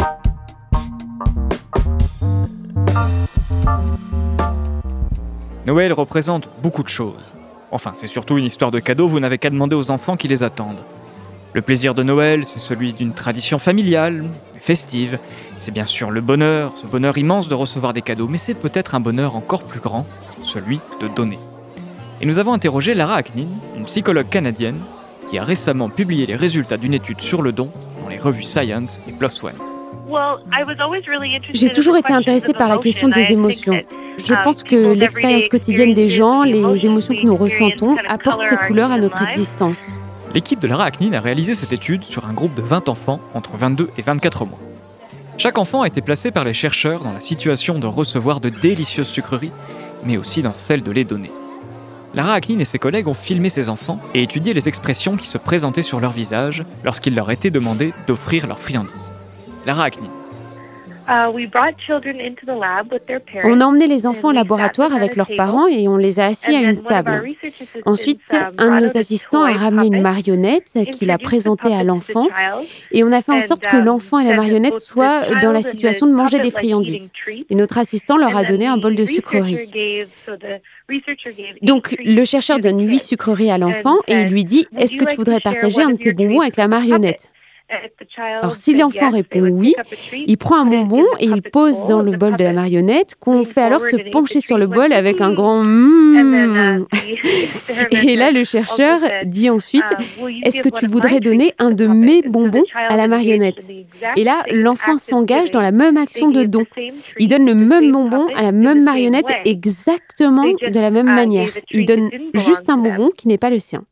Noël représente beaucoup de choses. Enfin, c'est surtout une histoire de cadeaux, vous n'avez qu'à demander aux enfants qui les attendent. Le plaisir de Noël, c'est celui d'une tradition familiale, festive. C'est bien sûr le bonheur, ce bonheur immense de recevoir des cadeaux, mais c'est peut-être un bonheur encore plus grand, celui de donner. Et nous avons interrogé Lara Aknin, une psychologue canadienne, qui a récemment publié les résultats d'une étude sur le don dans les revues Science et PLOS ONE. J'ai toujours été intéressée par la question des émotions. Je pense que l'expérience quotidienne des gens, les émotions que nous ressentons, apportent ces couleurs à notre existence. L'équipe de Lara Aknin a réalisé cette étude sur un groupe de 20 enfants entre 22 et 24 mois. Chaque enfant a été placé par les chercheurs dans la situation de recevoir de délicieuses sucreries, mais aussi dans celle de les donner. Lara Aknin et ses collègues ont filmé ces enfants et étudié les expressions qui se présentaient sur leur visage lorsqu'il leur était demandé d'offrir leurs friandises. Lara Aknin. On a emmené les enfants au laboratoire avec leurs parents et on les a assis à une table. Ensuite, un de nos assistants a ramené une marionnette qu'il a présentée à l'enfant et on a fait en sorte que l'enfant et la marionnette soient dans la situation de manger des friandises. Et notre assistant leur a donné un bol de sucreries. Donc, le chercheur donne 8 sucreries à l'enfant et il lui dit « Est-ce que tu voudrais partager un de tes bonbons avec la marionnette ?» Alors, si l'enfant répond oui, il prend un bonbon et il pose dans le bol de la marionnette, qu'on fait alors se pencher sur le bol avec un grand Et là, le chercheur dit ensuite « Est-ce que tu voudrais donner un de mes bonbons à la marionnette ?» Et là, l'enfant s'engage dans la même action de don. Il donne le même bonbon à la même marionnette exactement de la même manière. Il donne juste un bonbon qui n'est pas le sien.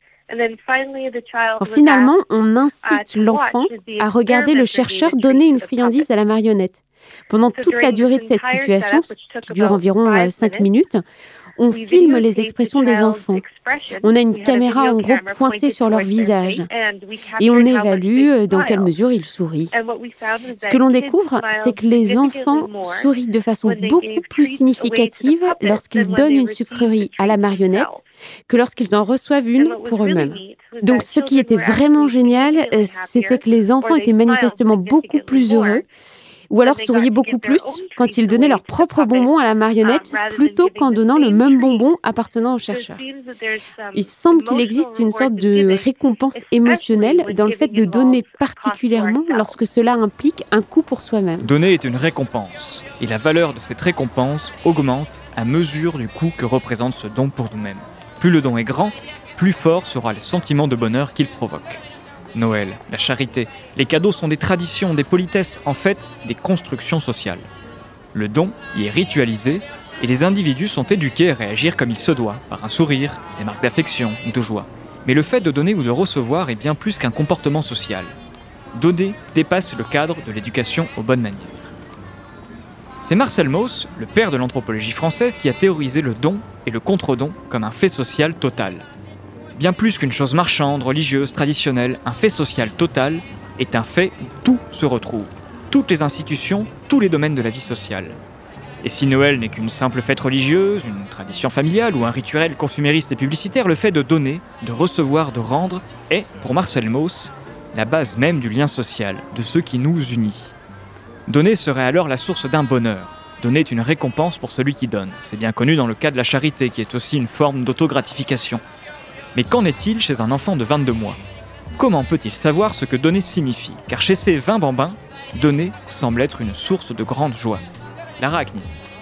Finalement, on incite l'enfant à regarder le chercheur donner une friandise à la marionnette. Pendant toute la durée de cette situation, qui dure environ 5 minutes, on filme les expressions des enfants. On a une caméra en gros pointée sur leur visage et on évalue dans quelle mesure ils sourient. Ce que l'on découvre, c'est que les enfants sourient de façon beaucoup plus significative lorsqu'ils donnent une sucrerie à la marionnette que lorsqu'ils en reçoivent une pour eux-mêmes. Donc ce qui était vraiment génial, c'était que les enfants étaient manifestement beaucoup plus heureux ou alors souriaient beaucoup plus quand ils donnaient leur propre bonbon à la marionnette plutôt qu'en donnant le même bonbon appartenant au chercheur. Il semble qu'il existe une sorte de récompense émotionnelle dans le fait de donner particulièrement lorsque cela implique un coût pour soi-même. Donner est une récompense, et la valeur de cette récompense augmente à mesure du coût que représente ce don pour nous-mêmes. Plus le don est grand, plus fort sera le sentiment de bonheur qu'il provoque. Noël, la charité, les cadeaux sont des traditions, des politesses, en fait, des constructions sociales. Le don y est ritualisé et les individus sont éduqués à réagir comme il se doit, par un sourire, des marques d'affection ou de joie. Mais le fait de donner ou de recevoir est bien plus qu'un comportement social. Donner dépasse le cadre de l'éducation aux bonnes manières. C'est Marcel Mauss, le père de l'anthropologie française, qui a théorisé le don et le contre-don comme un fait social total. Bien plus qu'une chose marchande, religieuse, traditionnelle, un fait social total est un fait où tout se retrouve. Toutes les institutions, tous les domaines de la vie sociale. Et si Noël n'est qu'une simple fête religieuse, une tradition familiale ou un rituel consumériste et publicitaire, le fait de donner, de recevoir, de rendre est, pour Marcel Mauss, la base même du lien social, de ce qui nous unit. Donner serait alors la source d'un bonheur. Donner est une récompense pour celui qui donne. C'est bien connu dans le cas de la charité, qui est aussi une forme d'autogratification. Mais qu'en est-il chez un enfant de 22 mois ? Comment peut-il savoir ce que donner signifie ? Car chez ces 20 bambins, donner semble être une source de grande joie. Lara Aknin.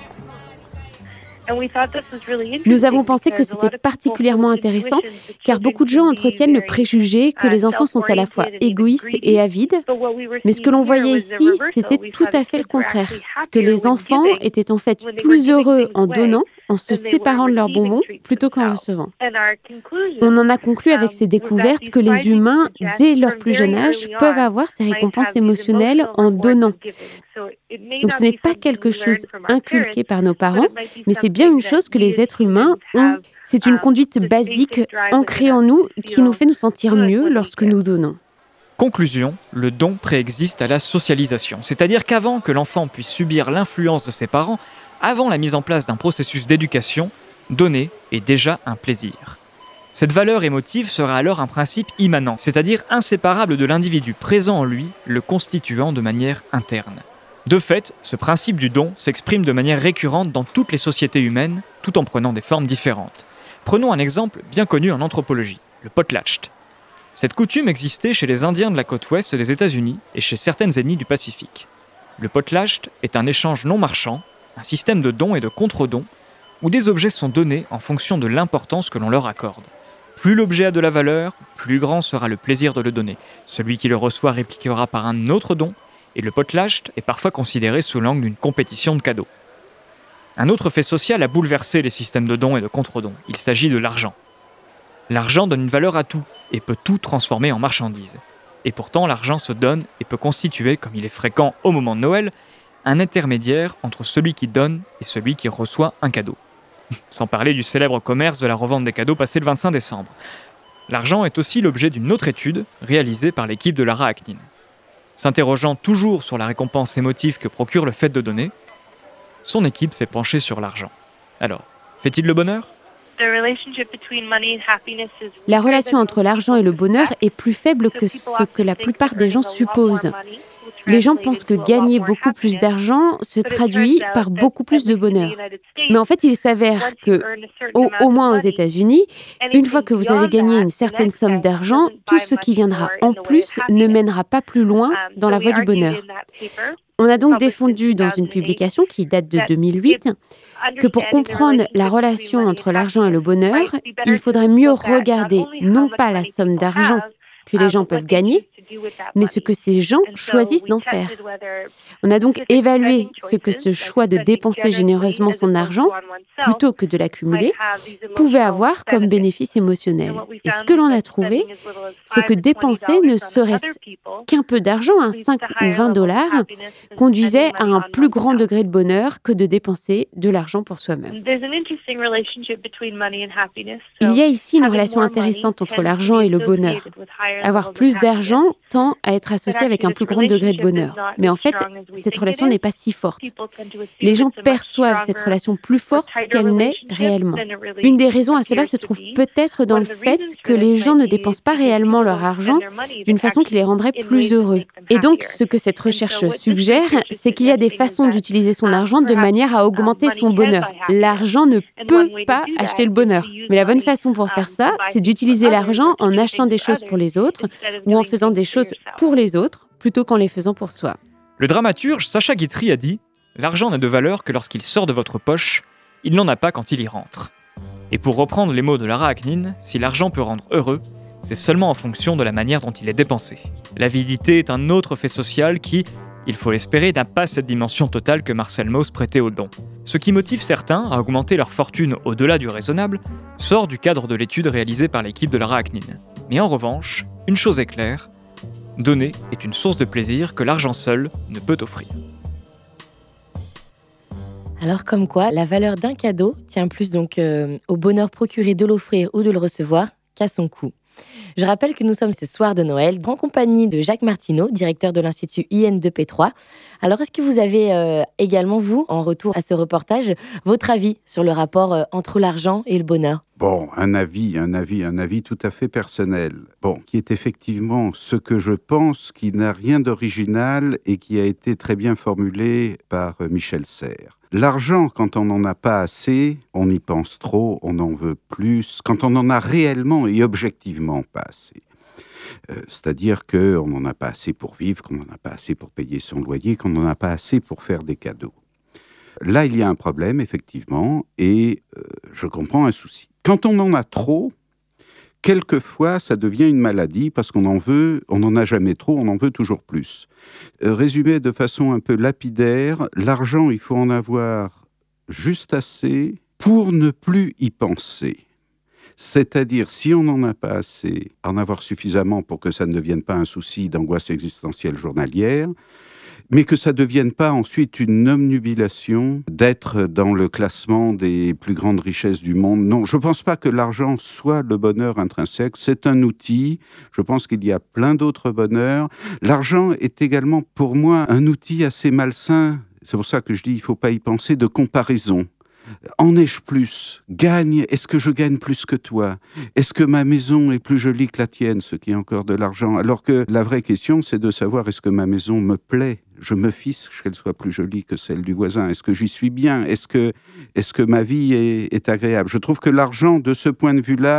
Nous avons pensé que c'était particulièrement intéressant car beaucoup de gens entretiennent le préjugé que les enfants sont à la fois égoïstes et avides. Mais ce que l'on voyait ici, c'était tout à fait le contraire. Que les enfants étaient en fait plus heureux en donnant, en se séparant de leurs bonbons, plutôt qu'en recevant. On en a conclu avec ces découvertes que les humains, dès leur plus jeune âge, peuvent avoir ces récompenses émotionnelles en donnant. Donc ce n'est pas quelque chose inculqué par nos parents, mais c'est bien une chose que les êtres humains ont. C'est une conduite basique ancrée en nous qui nous fait nous sentir mieux lorsque nous donnons. Conclusion, le don préexiste à la socialisation, c'est-à-dire qu'avant que l'enfant puisse subir l'influence de ses parents, avant la mise en place d'un processus d'éducation, donner est déjà un plaisir. Cette valeur émotive sera alors un principe immanent, c'est-à-dire inséparable de l'individu présent en lui, le constituant de manière interne. De fait, ce principe du don s'exprime de manière récurrente dans toutes les sociétés humaines, tout en prenant des formes différentes. Prenons un exemple bien connu en anthropologie, le potlatch. Cette coutume existait chez les Indiens de la côte ouest des États-Unis et chez certaines ethnies du Pacifique. Le potlatch est un échange non marchand, un système de dons et de contre-dons, où des objets sont donnés en fonction de l'importance que l'on leur accorde. Plus l'objet a de la valeur, plus grand sera le plaisir de le donner. Celui qui le reçoit répliquera par un autre don, et le potlatch est parfois considéré sous l'angle d'une compétition de cadeaux. Un autre fait social a bouleversé les systèmes de dons et de contre-dons. Il s'agit de l'argent. L'argent donne une valeur à tout et peut tout transformer en marchandise. Et pourtant, l'argent se donne et peut constituer, comme il est fréquent au moment de Noël, un intermédiaire entre celui qui donne et celui qui reçoit un cadeau. Sans parler du célèbre commerce de la revente des cadeaux passé le 25 décembre. L'argent est aussi l'objet d'une autre étude réalisée par l'équipe de Lara Aknin. S'interrogeant toujours sur la récompense émotive que procure le fait de donner, son équipe s'est penchée sur l'argent. Alors, fait-il le bonheur ? La relation entre l'argent et le bonheur est plus faible que ce que la plupart des gens supposent. Les gens pensent que gagner beaucoup plus d'argent se traduit par beaucoup plus de bonheur. Mais en fait, il s'avère que, au moins aux États-Unis, une fois que vous avez gagné une certaine somme d'argent, tout ce qui viendra en plus ne mènera pas plus loin dans la voie du bonheur. On a donc défendu dans une publication qui date de 2008 que pour comprendre la relation entre l'argent et le bonheur, il faudrait mieux regarder non pas la somme d'argent que les gens peuvent gagner, mais ce que ces gens choisissent d'en faire. On a donc évalué ce que ce choix de dépenser généreusement son argent, plutôt que de l'accumuler, pouvait avoir comme bénéfice émotionnel. Et ce que l'on a trouvé, c'est que dépenser ne serait-ce qu'un peu d'argent, 5 ou 20 dollars, conduisait à un plus grand degré de bonheur que de dépenser de l'argent pour soi-même. Il y a ici une relation intéressante entre l'argent et le bonheur. Avoir plus d'argent tend à être associé avec un plus grand degré de bonheur. Mais en fait, cette relation n'est pas si forte. Les gens perçoivent cette relation plus forte qu'elle n'est réellement. Une des raisons à cela se trouve peut-être dans le fait que les gens ne dépensent pas réellement leur argent d'une façon qui les rendrait plus heureux. Et donc, ce que cette recherche suggère, c'est qu'il y a des façons d'utiliser son argent de manière à augmenter son bonheur. L'argent ne peut pas acheter le bonheur. Mais la bonne façon pour faire ça, c'est d'utiliser l'argent en achetant des choses pour les autres ou en faisant des choses pour les autres plutôt qu'en les faisant pour soi. Le dramaturge Sacha Guitry a dit « L'argent n'a de valeur que lorsqu'il sort de votre poche, il n'en a pas quand il y rentre. » Et pour reprendre les mots de Lara Aknin, si l'argent peut rendre heureux, c'est seulement en fonction de la manière dont il est dépensé. L'avidité est un autre fait social qui, il faut l'espérer, n'a pas cette dimension totale que Marcel Mauss prêtait au don. Ce qui motive certains à augmenter leur fortune au-delà du raisonnable sort du cadre de l'étude réalisée par l'équipe de Lara Aknin. Mais en revanche, une chose est claire, donner est une source de plaisir que l'argent seul ne peut offrir. Alors comme quoi, la valeur d'un cadeau tient plus donc au bonheur procuré de l'offrir ou de le recevoir qu'à son coût. Je rappelle que nous sommes ce soir de Noël, en compagnie de Jacques Martineau, directeur de l'Institut IN2P3. Alors, est-ce que vous avez également, vous, en retour à ce reportage, votre avis sur le rapport entre l'argent et le bonheur ? Bon, un avis tout à fait personnel. Bon, qui est effectivement ce que je pense, qui n'a rien d'original et qui a été très bien formulé par Michel Serres. L'argent, quand on n'en a pas assez, on y pense trop, on en veut plus. Quand on en a réellement et objectivement pas assez. C'est-à-dire qu'on n'en a pas assez pour vivre, qu'on n'en a pas assez pour payer son loyer, qu'on n'en a pas assez pour faire des cadeaux. Là, il y a un problème, effectivement, et je comprends un souci. Quand on en a trop, quelquefois, ça devient une maladie parce qu'on n'en a jamais trop, on en veut toujours plus. Résumé de façon un peu lapidaire, l'argent, il faut en avoir juste assez pour ne plus y penser. C'est-à-dire, si on n'en a pas assez, en avoir suffisamment pour que ça ne devienne pas un souci d'angoisse existentielle journalière, mais que ça ne devienne pas ensuite une obnubilation d'être dans le classement des plus grandes richesses du monde. Non, je ne pense pas que l'argent soit le bonheur intrinsèque. C'est un outil. Je pense qu'il y a plein d'autres bonheurs. L'argent est également, pour moi, un outil assez malsain. C'est pour ça que je dis qu'il ne faut pas y penser, de comparaison. En ai-je plus ? Gagne ? Est-ce que je gagne plus que toi ? Est-ce que ma maison est plus jolie que la tienne, ce qui est encore de l'argent ? Alors que la vraie question, c'est de savoir est-ce que ma maison me plaît ? Je me fiche qu'elle soit plus jolie que celle du voisin. Est-ce que j'y suis bien ? Est-ce que ma vie est agréable ? Je trouve que l'argent, de ce point de vue-là,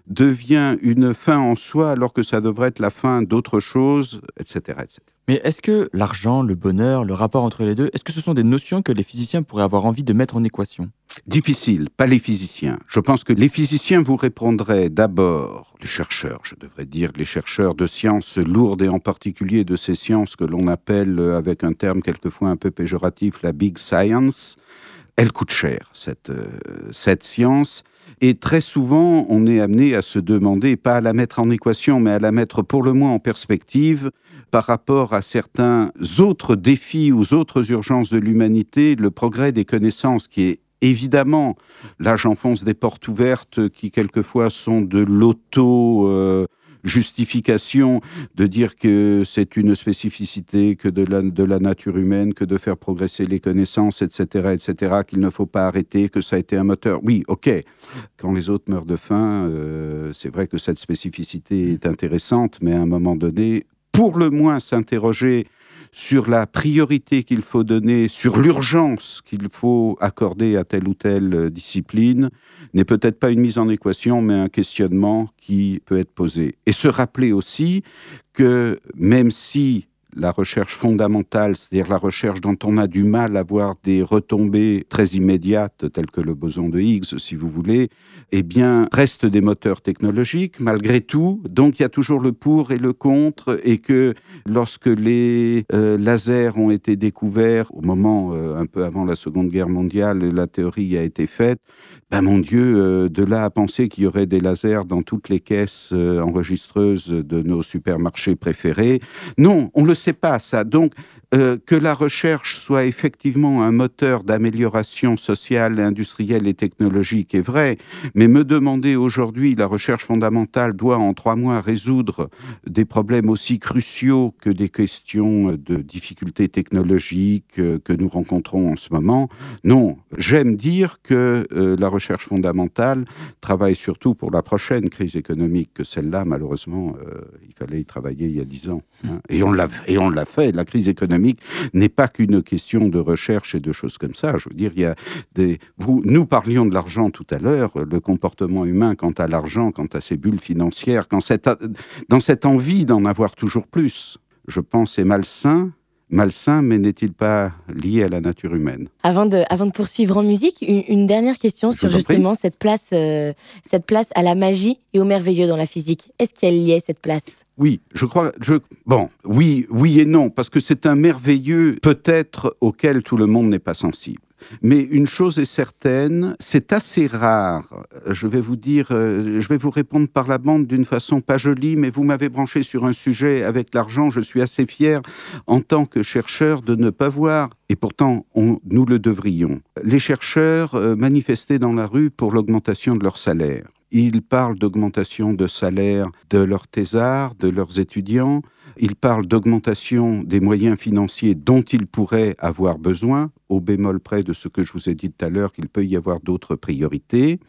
devient une fin en soi alors que ça devrait être la fin d'autre chose, etc., etc. Mais est-ce que l'argent, le bonheur, le rapport entre les deux, est-ce que ce sont des notions que les physiciens pourraient avoir envie de mettre en équation ? Difficile, pas les physiciens. Je pense que les physiciens vous répondraient d'abord, les chercheurs, je devrais dire, les chercheurs de sciences lourdes et en particulier de ces sciences que l'on appelle, avec un terme quelquefois un peu péjoratif, la big science. Elle coûte cher, cette science. Et très souvent, on est amené à se demander, pas à la mettre en équation, mais à la mettre pour le moins en perspective, par rapport à certains autres défis ou autres urgences de l'humanité, le progrès des connaissances qui est évidemment, là j'enfonce des portes ouvertes qui quelquefois sont de justification de dire que c'est une spécificité que de la nature humaine, que de faire progresser les connaissances, etc., qu'il ne faut pas arrêter, que ça a été un moteur. Oui, ok, quand les autres meurent de faim, c'est vrai que cette spécificité est intéressante, mais à un moment donné, pour le moins s'interroger sur la priorité qu'il faut donner, sur l'urgence qu'il faut accorder à telle ou telle discipline, n'est peut-être pas une mise en équation, mais un questionnement qui peut être posé. Et se rappeler aussi que même si la recherche fondamentale, c'est-à-dire la recherche dont on a du mal à voir des retombées très immédiates, telles que le boson de Higgs, si vous voulez, eh bien, restent des moteurs technologiques, malgré tout. Donc, il y a toujours le pour et le contre, et que lorsque les lasers ont été découverts, au moment, un peu avant la Seconde Guerre mondiale, la théorie a été faite, ben mon Dieu, de là à penser qu'il y aurait des lasers dans toutes les caisses enregistreuses de nos supermarchés préférés, non, on le sait pas, ça. Donc, que la recherche soit effectivement un moteur d'amélioration sociale, industrielle et technologique est vrai, mais me demander aujourd'hui, la recherche fondamentale doit en 3 mois résoudre des problèmes aussi cruciaux que des questions de difficultés technologiques que nous rencontrons en ce moment. Non, j'aime dire que la recherche fondamentale travaille surtout pour la prochaine crise économique, que celle-là, malheureusement, il fallait y travailler il y a 10 ans. Hein. Et on l'a fait. La crise économique n'est pas qu'une question de recherche et de choses comme ça. Je veux dire, il y a nous parlions de l'argent tout à l'heure, le comportement humain quant à l'argent, quant à ses bulles financières, dans cette envie d'en avoir toujours plus, je pense, est malsain, mais n'est-il pas lié à la nature humaine ? Avant de poursuivre en musique, une dernière question sur justement cette place à la magie et au merveilleux dans la physique. Est-ce qu'elle y est, cette place ? Oui, je crois... oui et non, parce que c'est un merveilleux peut-être auquel tout le monde n'est pas sensible. Mais une chose est certaine, c'est assez rare. Je vais vous répondre par la bande d'une façon pas jolie, mais vous m'avez branché sur un sujet avec l'argent. Je suis assez fier, en tant que chercheur, de ne pas voir, et pourtant nous le devrions, les chercheurs manifester dans la rue pour l'augmentation de leur salaire. Ils parlent d'augmentation de salaire de leurs thésards, de leurs étudiants. Ils parlent d'augmentation des moyens financiers dont ils pourraient avoir besoin, au bémol près de ce que je vous ai dit tout à l'heure, qu'il peut y avoir d'autres priorités.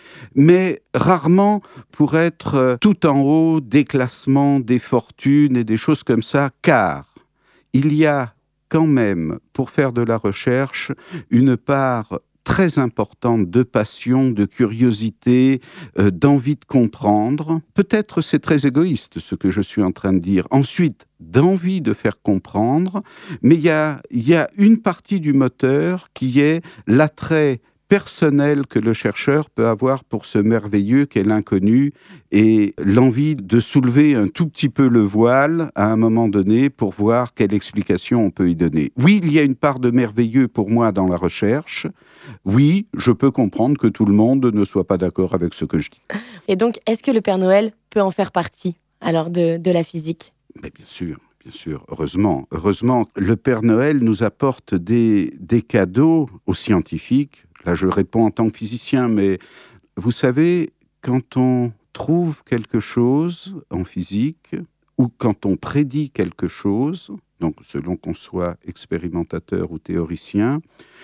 Mais rarement pour être tout en haut des classements, des fortunes et des choses comme ça, car il y a quand même, pour faire de la recherche, une part très importante de passion, de curiosité, d'envie de comprendre. Peut-être c'est très égoïste ce que je suis en train de dire. Ensuite, d'envie de faire comprendre, mais il y a une partie du moteur qui est l'attrait personnel que le chercheur peut avoir pour ce merveilleux qu'est l'inconnu et l'envie de soulever un tout petit peu le voile à un moment donné pour voir quelle explication on peut y donner. Oui, il y a une part de merveilleux pour moi dans la recherche. Oui, je peux comprendre que tout le monde ne soit pas d'accord avec ce que je dis. Et donc, est-ce que le Père Noël peut en faire partie, alors, de la physique ? Mais bien sûr, heureusement. Heureusement, le Père Noël nous apporte des cadeaux aux scientifiques. Là, je réponds en tant que physicien, mais vous savez, quand on trouve quelque chose en physique, ou quand on prédit quelque chose, donc selon qu'on soit expérimentateur ou théoricien,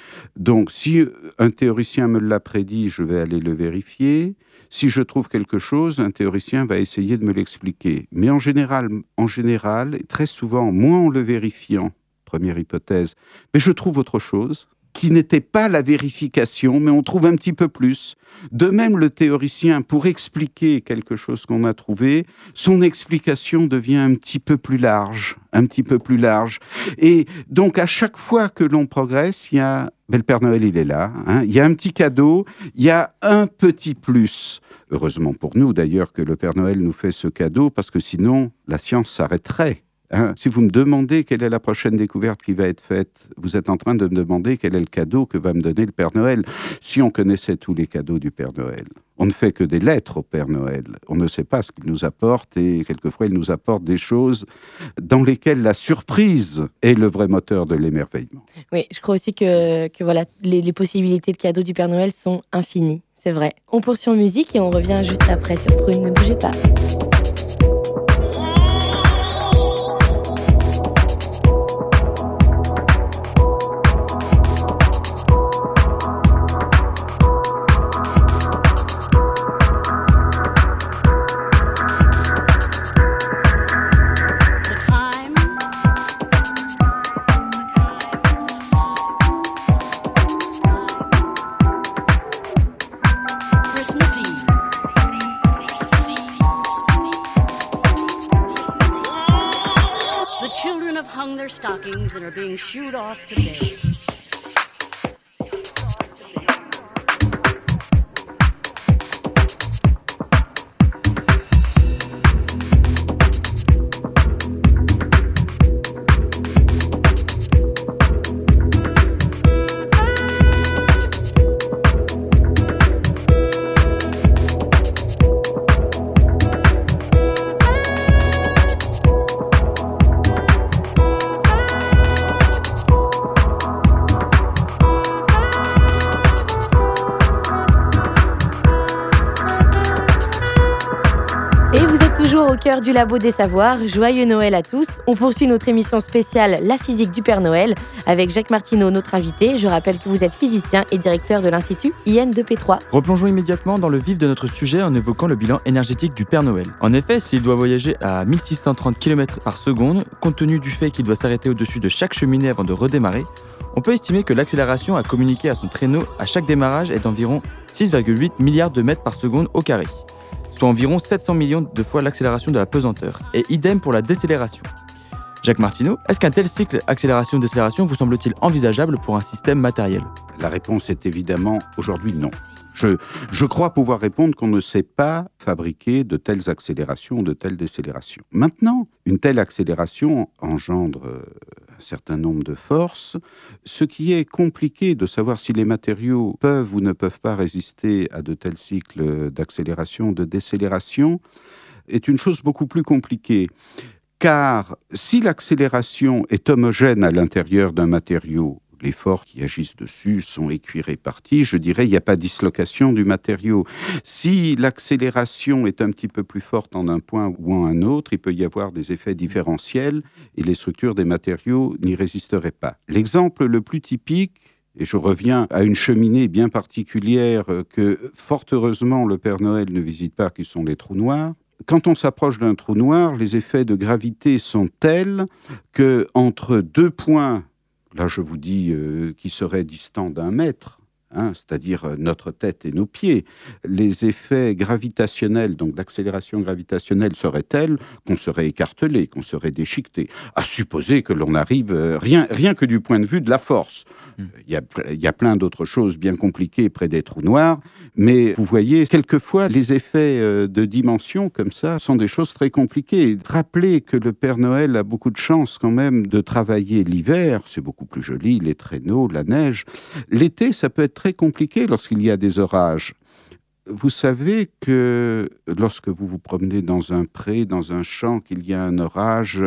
donc si un théoricien me l'a prédit, je vais aller le vérifier. Si je trouve quelque chose, un théoricien va essayer de me l'expliquer. Mais en général, et très souvent, moins en le vérifiant, première hypothèse, mais je trouve autre chose. qui n'était pas la vérification, mais on trouve un petit peu plus. De même, le théoricien, pour expliquer quelque chose qu'on a trouvé, son explication devient un petit peu plus large. Et donc, à chaque fois que l'on progresse, il y a... le Père Noël, il est là. Il y a un petit cadeau, il y a un petit plus. Heureusement pour nous, d'ailleurs, que le Père Noël nous fait ce cadeau, parce que sinon, la science s'arrêterait. Si vous me demandez quelle est la prochaine découverte qui va être faite, vous êtes en train de me demander quel est le cadeau que va me donner le Père Noël. Si on connaissait tous les cadeaux du Père Noël, on ne fait que des lettres au Père Noël. On ne sait pas ce qu'il nous apporte et quelquefois il nous apporte des choses dans lesquelles la surprise est le vrai moteur de l'émerveillement. Oui, je crois aussi que voilà, les possibilités de cadeaux du Père Noël sont infinies, c'est vrai. On poursuit en musique et on revient juste après sur Prune, ne bougez pas. Stockings and are being shooed off to bed. Au cœur du Labo des Savoirs, joyeux Noël à tous. On poursuit notre émission spéciale La physique du Père Noël avec Jacques Martineau, notre invité. Je rappelle que vous êtes physicien et directeur de l'Institut IN2P3. Replongeons immédiatement dans le vif de notre sujet en évoquant le bilan énergétique du Père Noël. En effet, s'il doit voyager à 1630 km par seconde, compte tenu du fait qu'il doit s'arrêter au-dessus de chaque cheminée avant de redémarrer, on peut estimer que l'accélération à communiquer à son traîneau à chaque démarrage est d'environ 6,8 milliards de mètres par seconde au carré, soit environ 700 millions de fois l'accélération de la pesanteur, et idem pour la décélération. Jacques Martineau, est-ce qu'un tel cycle accélération-décélération vous semble-t-il envisageable pour un système matériel ? La réponse est évidemment aujourd'hui non. Je crois pouvoir répondre qu'on ne sait pas fabriquer de telles accélérations ou de telles décélérations. Maintenant, une telle accélération engendre un certain nombre de forces. Ce qui est compliqué de savoir si les matériaux peuvent ou ne peuvent pas résister à de tels cycles d'accélération, de décélération, est une chose beaucoup plus compliquée. Car si l'accélération est homogène à l'intérieur d'un matériau, les forces qui agissent dessus sont équiréparties, je dirais il n'y a pas de dislocation du matériau. Si l'accélération est un petit peu plus forte en un point ou en un autre, il peut y avoir des effets différentiels et les structures des matériaux n'y résisteraient pas. L'exemple le plus typique, et je reviens à une cheminée bien particulière que fort heureusement le Père Noël ne visite pas, qui sont les trous noirs. Quand on s'approche d'un trou noir, les effets de gravité sont tels que entre deux points, là je vous dis qui seraient distants d'1 mètre, c'est-à-dire notre tête et nos pieds, les effets gravitationnels, donc d'accélération gravitationnelle, seraient tels qu'on serait écartelé, qu'on serait déchiqueté, à supposer que l'on arrive, rien que du point de vue de la force. Il y a plein d'autres choses bien compliquées près des trous noirs, mais vous voyez, quelquefois, les effets de dimension comme ça sont des choses très compliquées. Rappelez que le Père Noël a beaucoup de chance quand même de travailler l'hiver, c'est beaucoup plus joli, les traîneaux, la neige. L'été, ça peut être très compliqué lorsqu'il y a des orages. Vous savez que lorsque vous vous promenez dans un pré, dans un champ, qu'il y a un orage,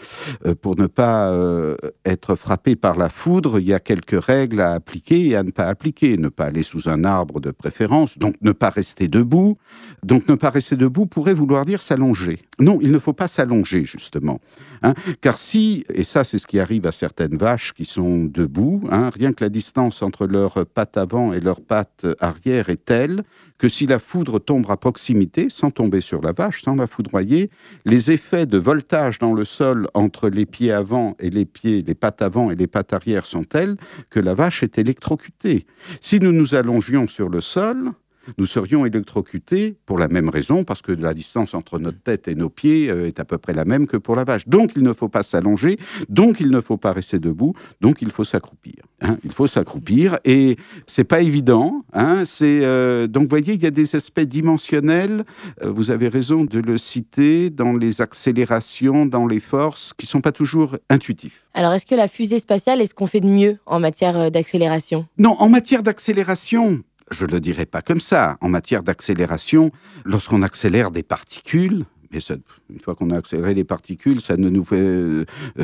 pour ne pas être frappé par la foudre, il y a quelques règles à appliquer et à ne pas appliquer. Ne pas aller sous un arbre de préférence, donc ne pas rester debout. Donc ne pas rester debout pourrait vouloir dire s'allonger. Non, il ne faut pas s'allonger, justement. Car si, et ça c'est ce qui arrive à certaines vaches qui sont debout, rien que la distance entre leurs pattes avant et leurs pattes arrière est telle que si la foudre tombe à proximité, sans tomber sur la vache, sans la foudroyer, les effets de voltage dans le sol entre les pieds avant et les pattes avant et les pattes arrière sont tels que la vache est électrocutée. Si nous nous allongions sur le sol, nous serions électrocutés pour la même raison, parce que la distance entre notre tête et nos pieds est à peu près la même que pour la vache. Donc il ne faut pas s'allonger, donc il ne faut pas rester debout, donc il faut s'accroupir. Il faut s'accroupir, et c'est pas évident. Donc vous voyez, il y a des aspects dimensionnels, vous avez raison de le citer, dans les accélérations, dans les forces, qui sont pas toujours intuitifs. Alors est-ce que la fusée spatiale est ce qu'on fait de mieux en matière d'accélération ? Non, en matière d'accélération, je ne le dirais pas comme ça. En matière d'accélération, lorsqu'on accélère des particules, mais ça, une fois qu'on a accéléré les particules, ça ne nous fait...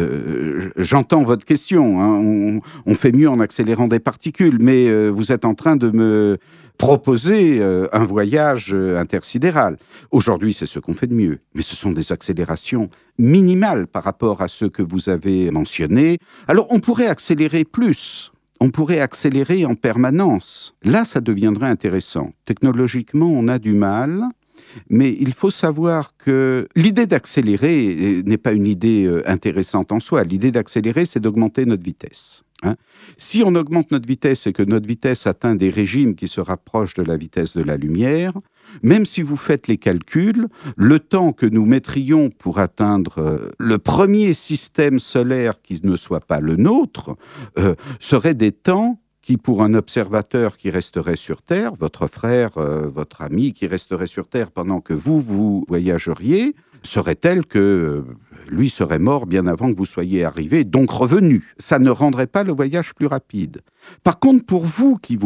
j'entends votre question. On fait mieux en accélérant des particules, mais vous êtes en train de me proposer un voyage intersidéral. Aujourd'hui, c'est ce qu'on fait de mieux. Mais ce sont des accélérations minimales par rapport à ce que vous avez mentionné. Alors, on pourrait accélérer plus. On pourrait accélérer en permanence. Là, ça deviendrait intéressant. Technologiquement, on a du mal, mais il faut savoir que l'idée d'accélérer n'est pas une idée intéressante en soi. L'idée d'accélérer, c'est d'augmenter notre vitesse. Si on augmente notre vitesse et que notre vitesse atteint des régimes qui se rapprochent de la vitesse de la lumière, même si vous faites les calculs, le temps que nous mettrions pour atteindre le premier système solaire qui ne soit pas le nôtre, seraient des temps qui, pour un observateur qui resterait sur Terre, votre frère, votre ami qui resterait sur Terre pendant que vous voyageriez, serait tels que lui serait mort bien avant que vous soyez arrivé, donc revenu. Ça ne rendrait pas le voyage plus rapide. Par contre, pour vous qui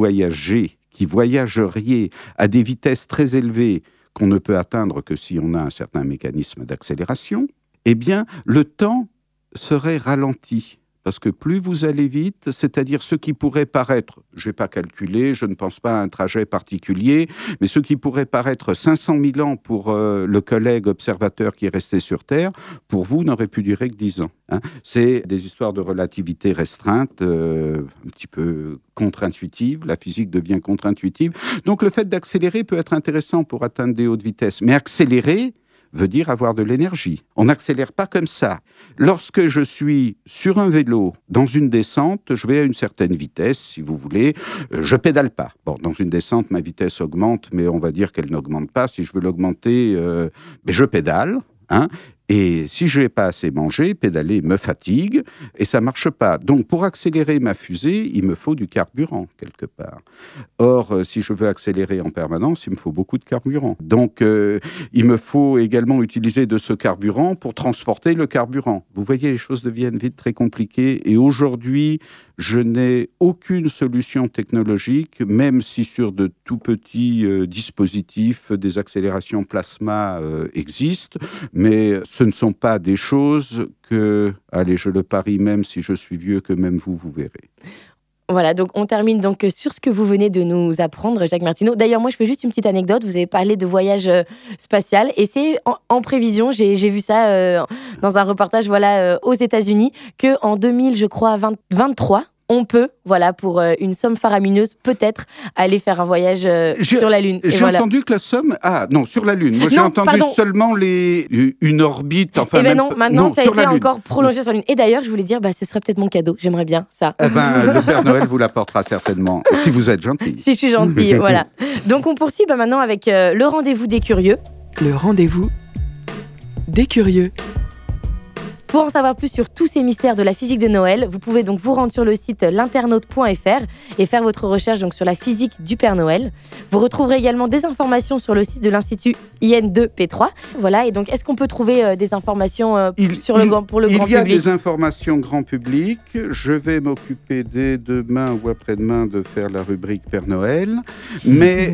voyageriez à des vitesses très élevées qu'on ne peut atteindre que si on a un certain mécanisme d'accélération, eh bien, le temps serait ralenti. Parce que plus vous allez vite, c'est-à-dire ce qui pourrait paraître, je n'ai pas calculé, je ne pense pas à un trajet particulier, mais ce qui pourrait paraître 500 000 ans pour le collègue observateur qui est resté sur Terre, pour vous, n'aurait pu durer que 10 ans. C'est des histoires de relativité restreinte, un petit peu contre-intuitive, la physique devient contre-intuitive. Donc le fait d'accélérer peut être intéressant pour atteindre des hautes vitesses, mais accélérer veut dire avoir de l'énergie. On n'accélère pas comme ça. Lorsque je suis sur un vélo, dans une descente, je vais à une certaine vitesse, si vous voulez, je pédale pas. Bon, dans une descente, ma vitesse augmente, mais on va dire qu'elle n'augmente pas. Si je veux l'augmenter, je pédale, Et si je n'ai pas assez mangé, pédaler me fatigue et ça ne marche pas. Donc, pour accélérer ma fusée, il me faut du carburant, quelque part. Or, si je veux accélérer en permanence, il me faut beaucoup de carburant. Donc, il me faut également utiliser de ce carburant pour transporter le carburant. Vous voyez, les choses deviennent vite très compliquées. Et aujourd'hui, je n'ai aucune solution technologique, même si sur de tout petits dispositifs, des accélérations plasma existent. Mais ce ne sont pas des choses que, allez, je le parie même si je suis vieux, que même vous verrez. Voilà, donc on termine donc sur ce que vous venez de nous apprendre, Jacques Martineau. D'ailleurs, moi, je fais juste une petite anecdote. Vous avez parlé de voyage spatial et c'est en prévision. J'ai vu ça dans un reportage aux États-Unis qu'en 2023, on peut, pour une somme faramineuse, peut-être aller faire un voyage sur la Lune. J'ai entendu que la somme... Ah, non, sur la Lune. Moi, j'ai entendu seulement une orbite... Enfin, maintenant, ça a été encore prolongé sur la Lune. Et d'ailleurs, je voulais dire, ce serait peut-être mon cadeau. J'aimerais bien ça. Le Père Noël vous l'apportera certainement, si vous êtes gentil. Si je suis gentille, voilà. Donc, on poursuit maintenant avec le rendez-vous des curieux. Le rendez-vous des curieux. Pour en savoir plus sur tous ces mystères de la physique de Noël, vous pouvez donc vous rendre sur le site l'internaute.fr et faire votre recherche donc sur la physique du Père Noël. Vous retrouverez également des informations sur le site de l'Institut IN2P3. Voilà, et donc est-ce qu'on peut trouver des informations pour le grand public ? Il y a des informations grand public. Je vais m'occuper dès demain ou après-demain de faire la rubrique Père Noël. Mais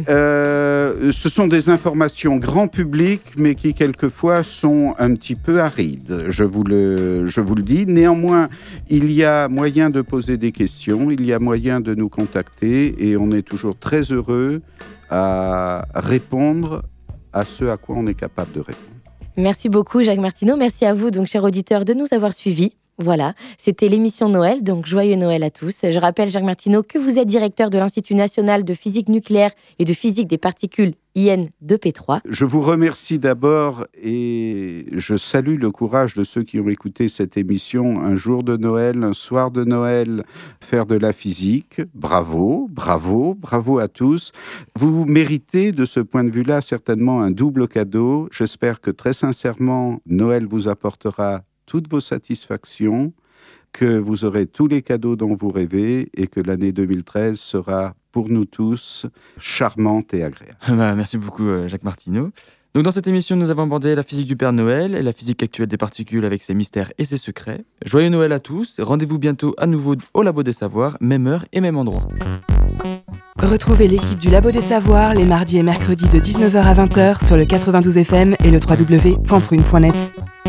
ce sont des informations grand public, mais qui quelquefois sont un petit peu arides. Je vous le dis. Néanmoins, il y a moyen de poser des questions, il y a moyen de nous contacter et on est toujours très heureux à répondre à ce à quoi on est capable de répondre. Merci beaucoup Jacques Martineau, merci à vous donc chers auditeurs de nous avoir suivis. Voilà, c'était l'émission Noël, donc joyeux Noël à tous. Je rappelle Jacques Martineau que vous êtes directeur de l'Institut national de physique nucléaire et de physique des particules IN2P3. Je vous remercie d'abord et je salue le courage de ceux qui ont écouté cette émission un jour de Noël, un soir de Noël, faire de la physique. Bravo, bravo, bravo à tous. Vous méritez de ce point de vue-là certainement un double cadeau. J'espère que très sincèrement, Noël vous apportera toutes vos satisfactions, que vous aurez tous les cadeaux dont vous rêvez et que l'année 2013 sera pour nous tous charmante et agréable. Merci beaucoup Jacques Martineau. Donc dans cette émission, nous avons abordé la physique du Père Noël et la physique actuelle des particules avec ses mystères et ses secrets. Joyeux Noël à tous, rendez-vous bientôt à nouveau au Labo des Savoirs, même heure et même endroit. Retrouvez l'équipe du Labo des Savoirs les mardis et mercredis de 19h à 20h sur le 92 FM et le www.prune.net.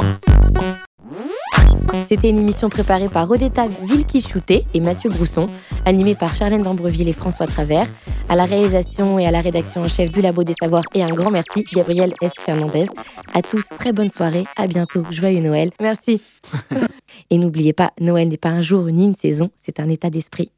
C'était une émission préparée par Odetta Vilquichouté et Mathieu Brousson, animée par Charlène d'Ambreuville et François Travers, à la réalisation et à la rédaction en chef du Labo des Savoirs, et un grand merci, Gabriel S. Fernandez. À tous, très bonne soirée, à bientôt, joyeux Noël. Merci. Et n'oubliez pas, Noël n'est pas un jour ni une saison, c'est un état d'esprit.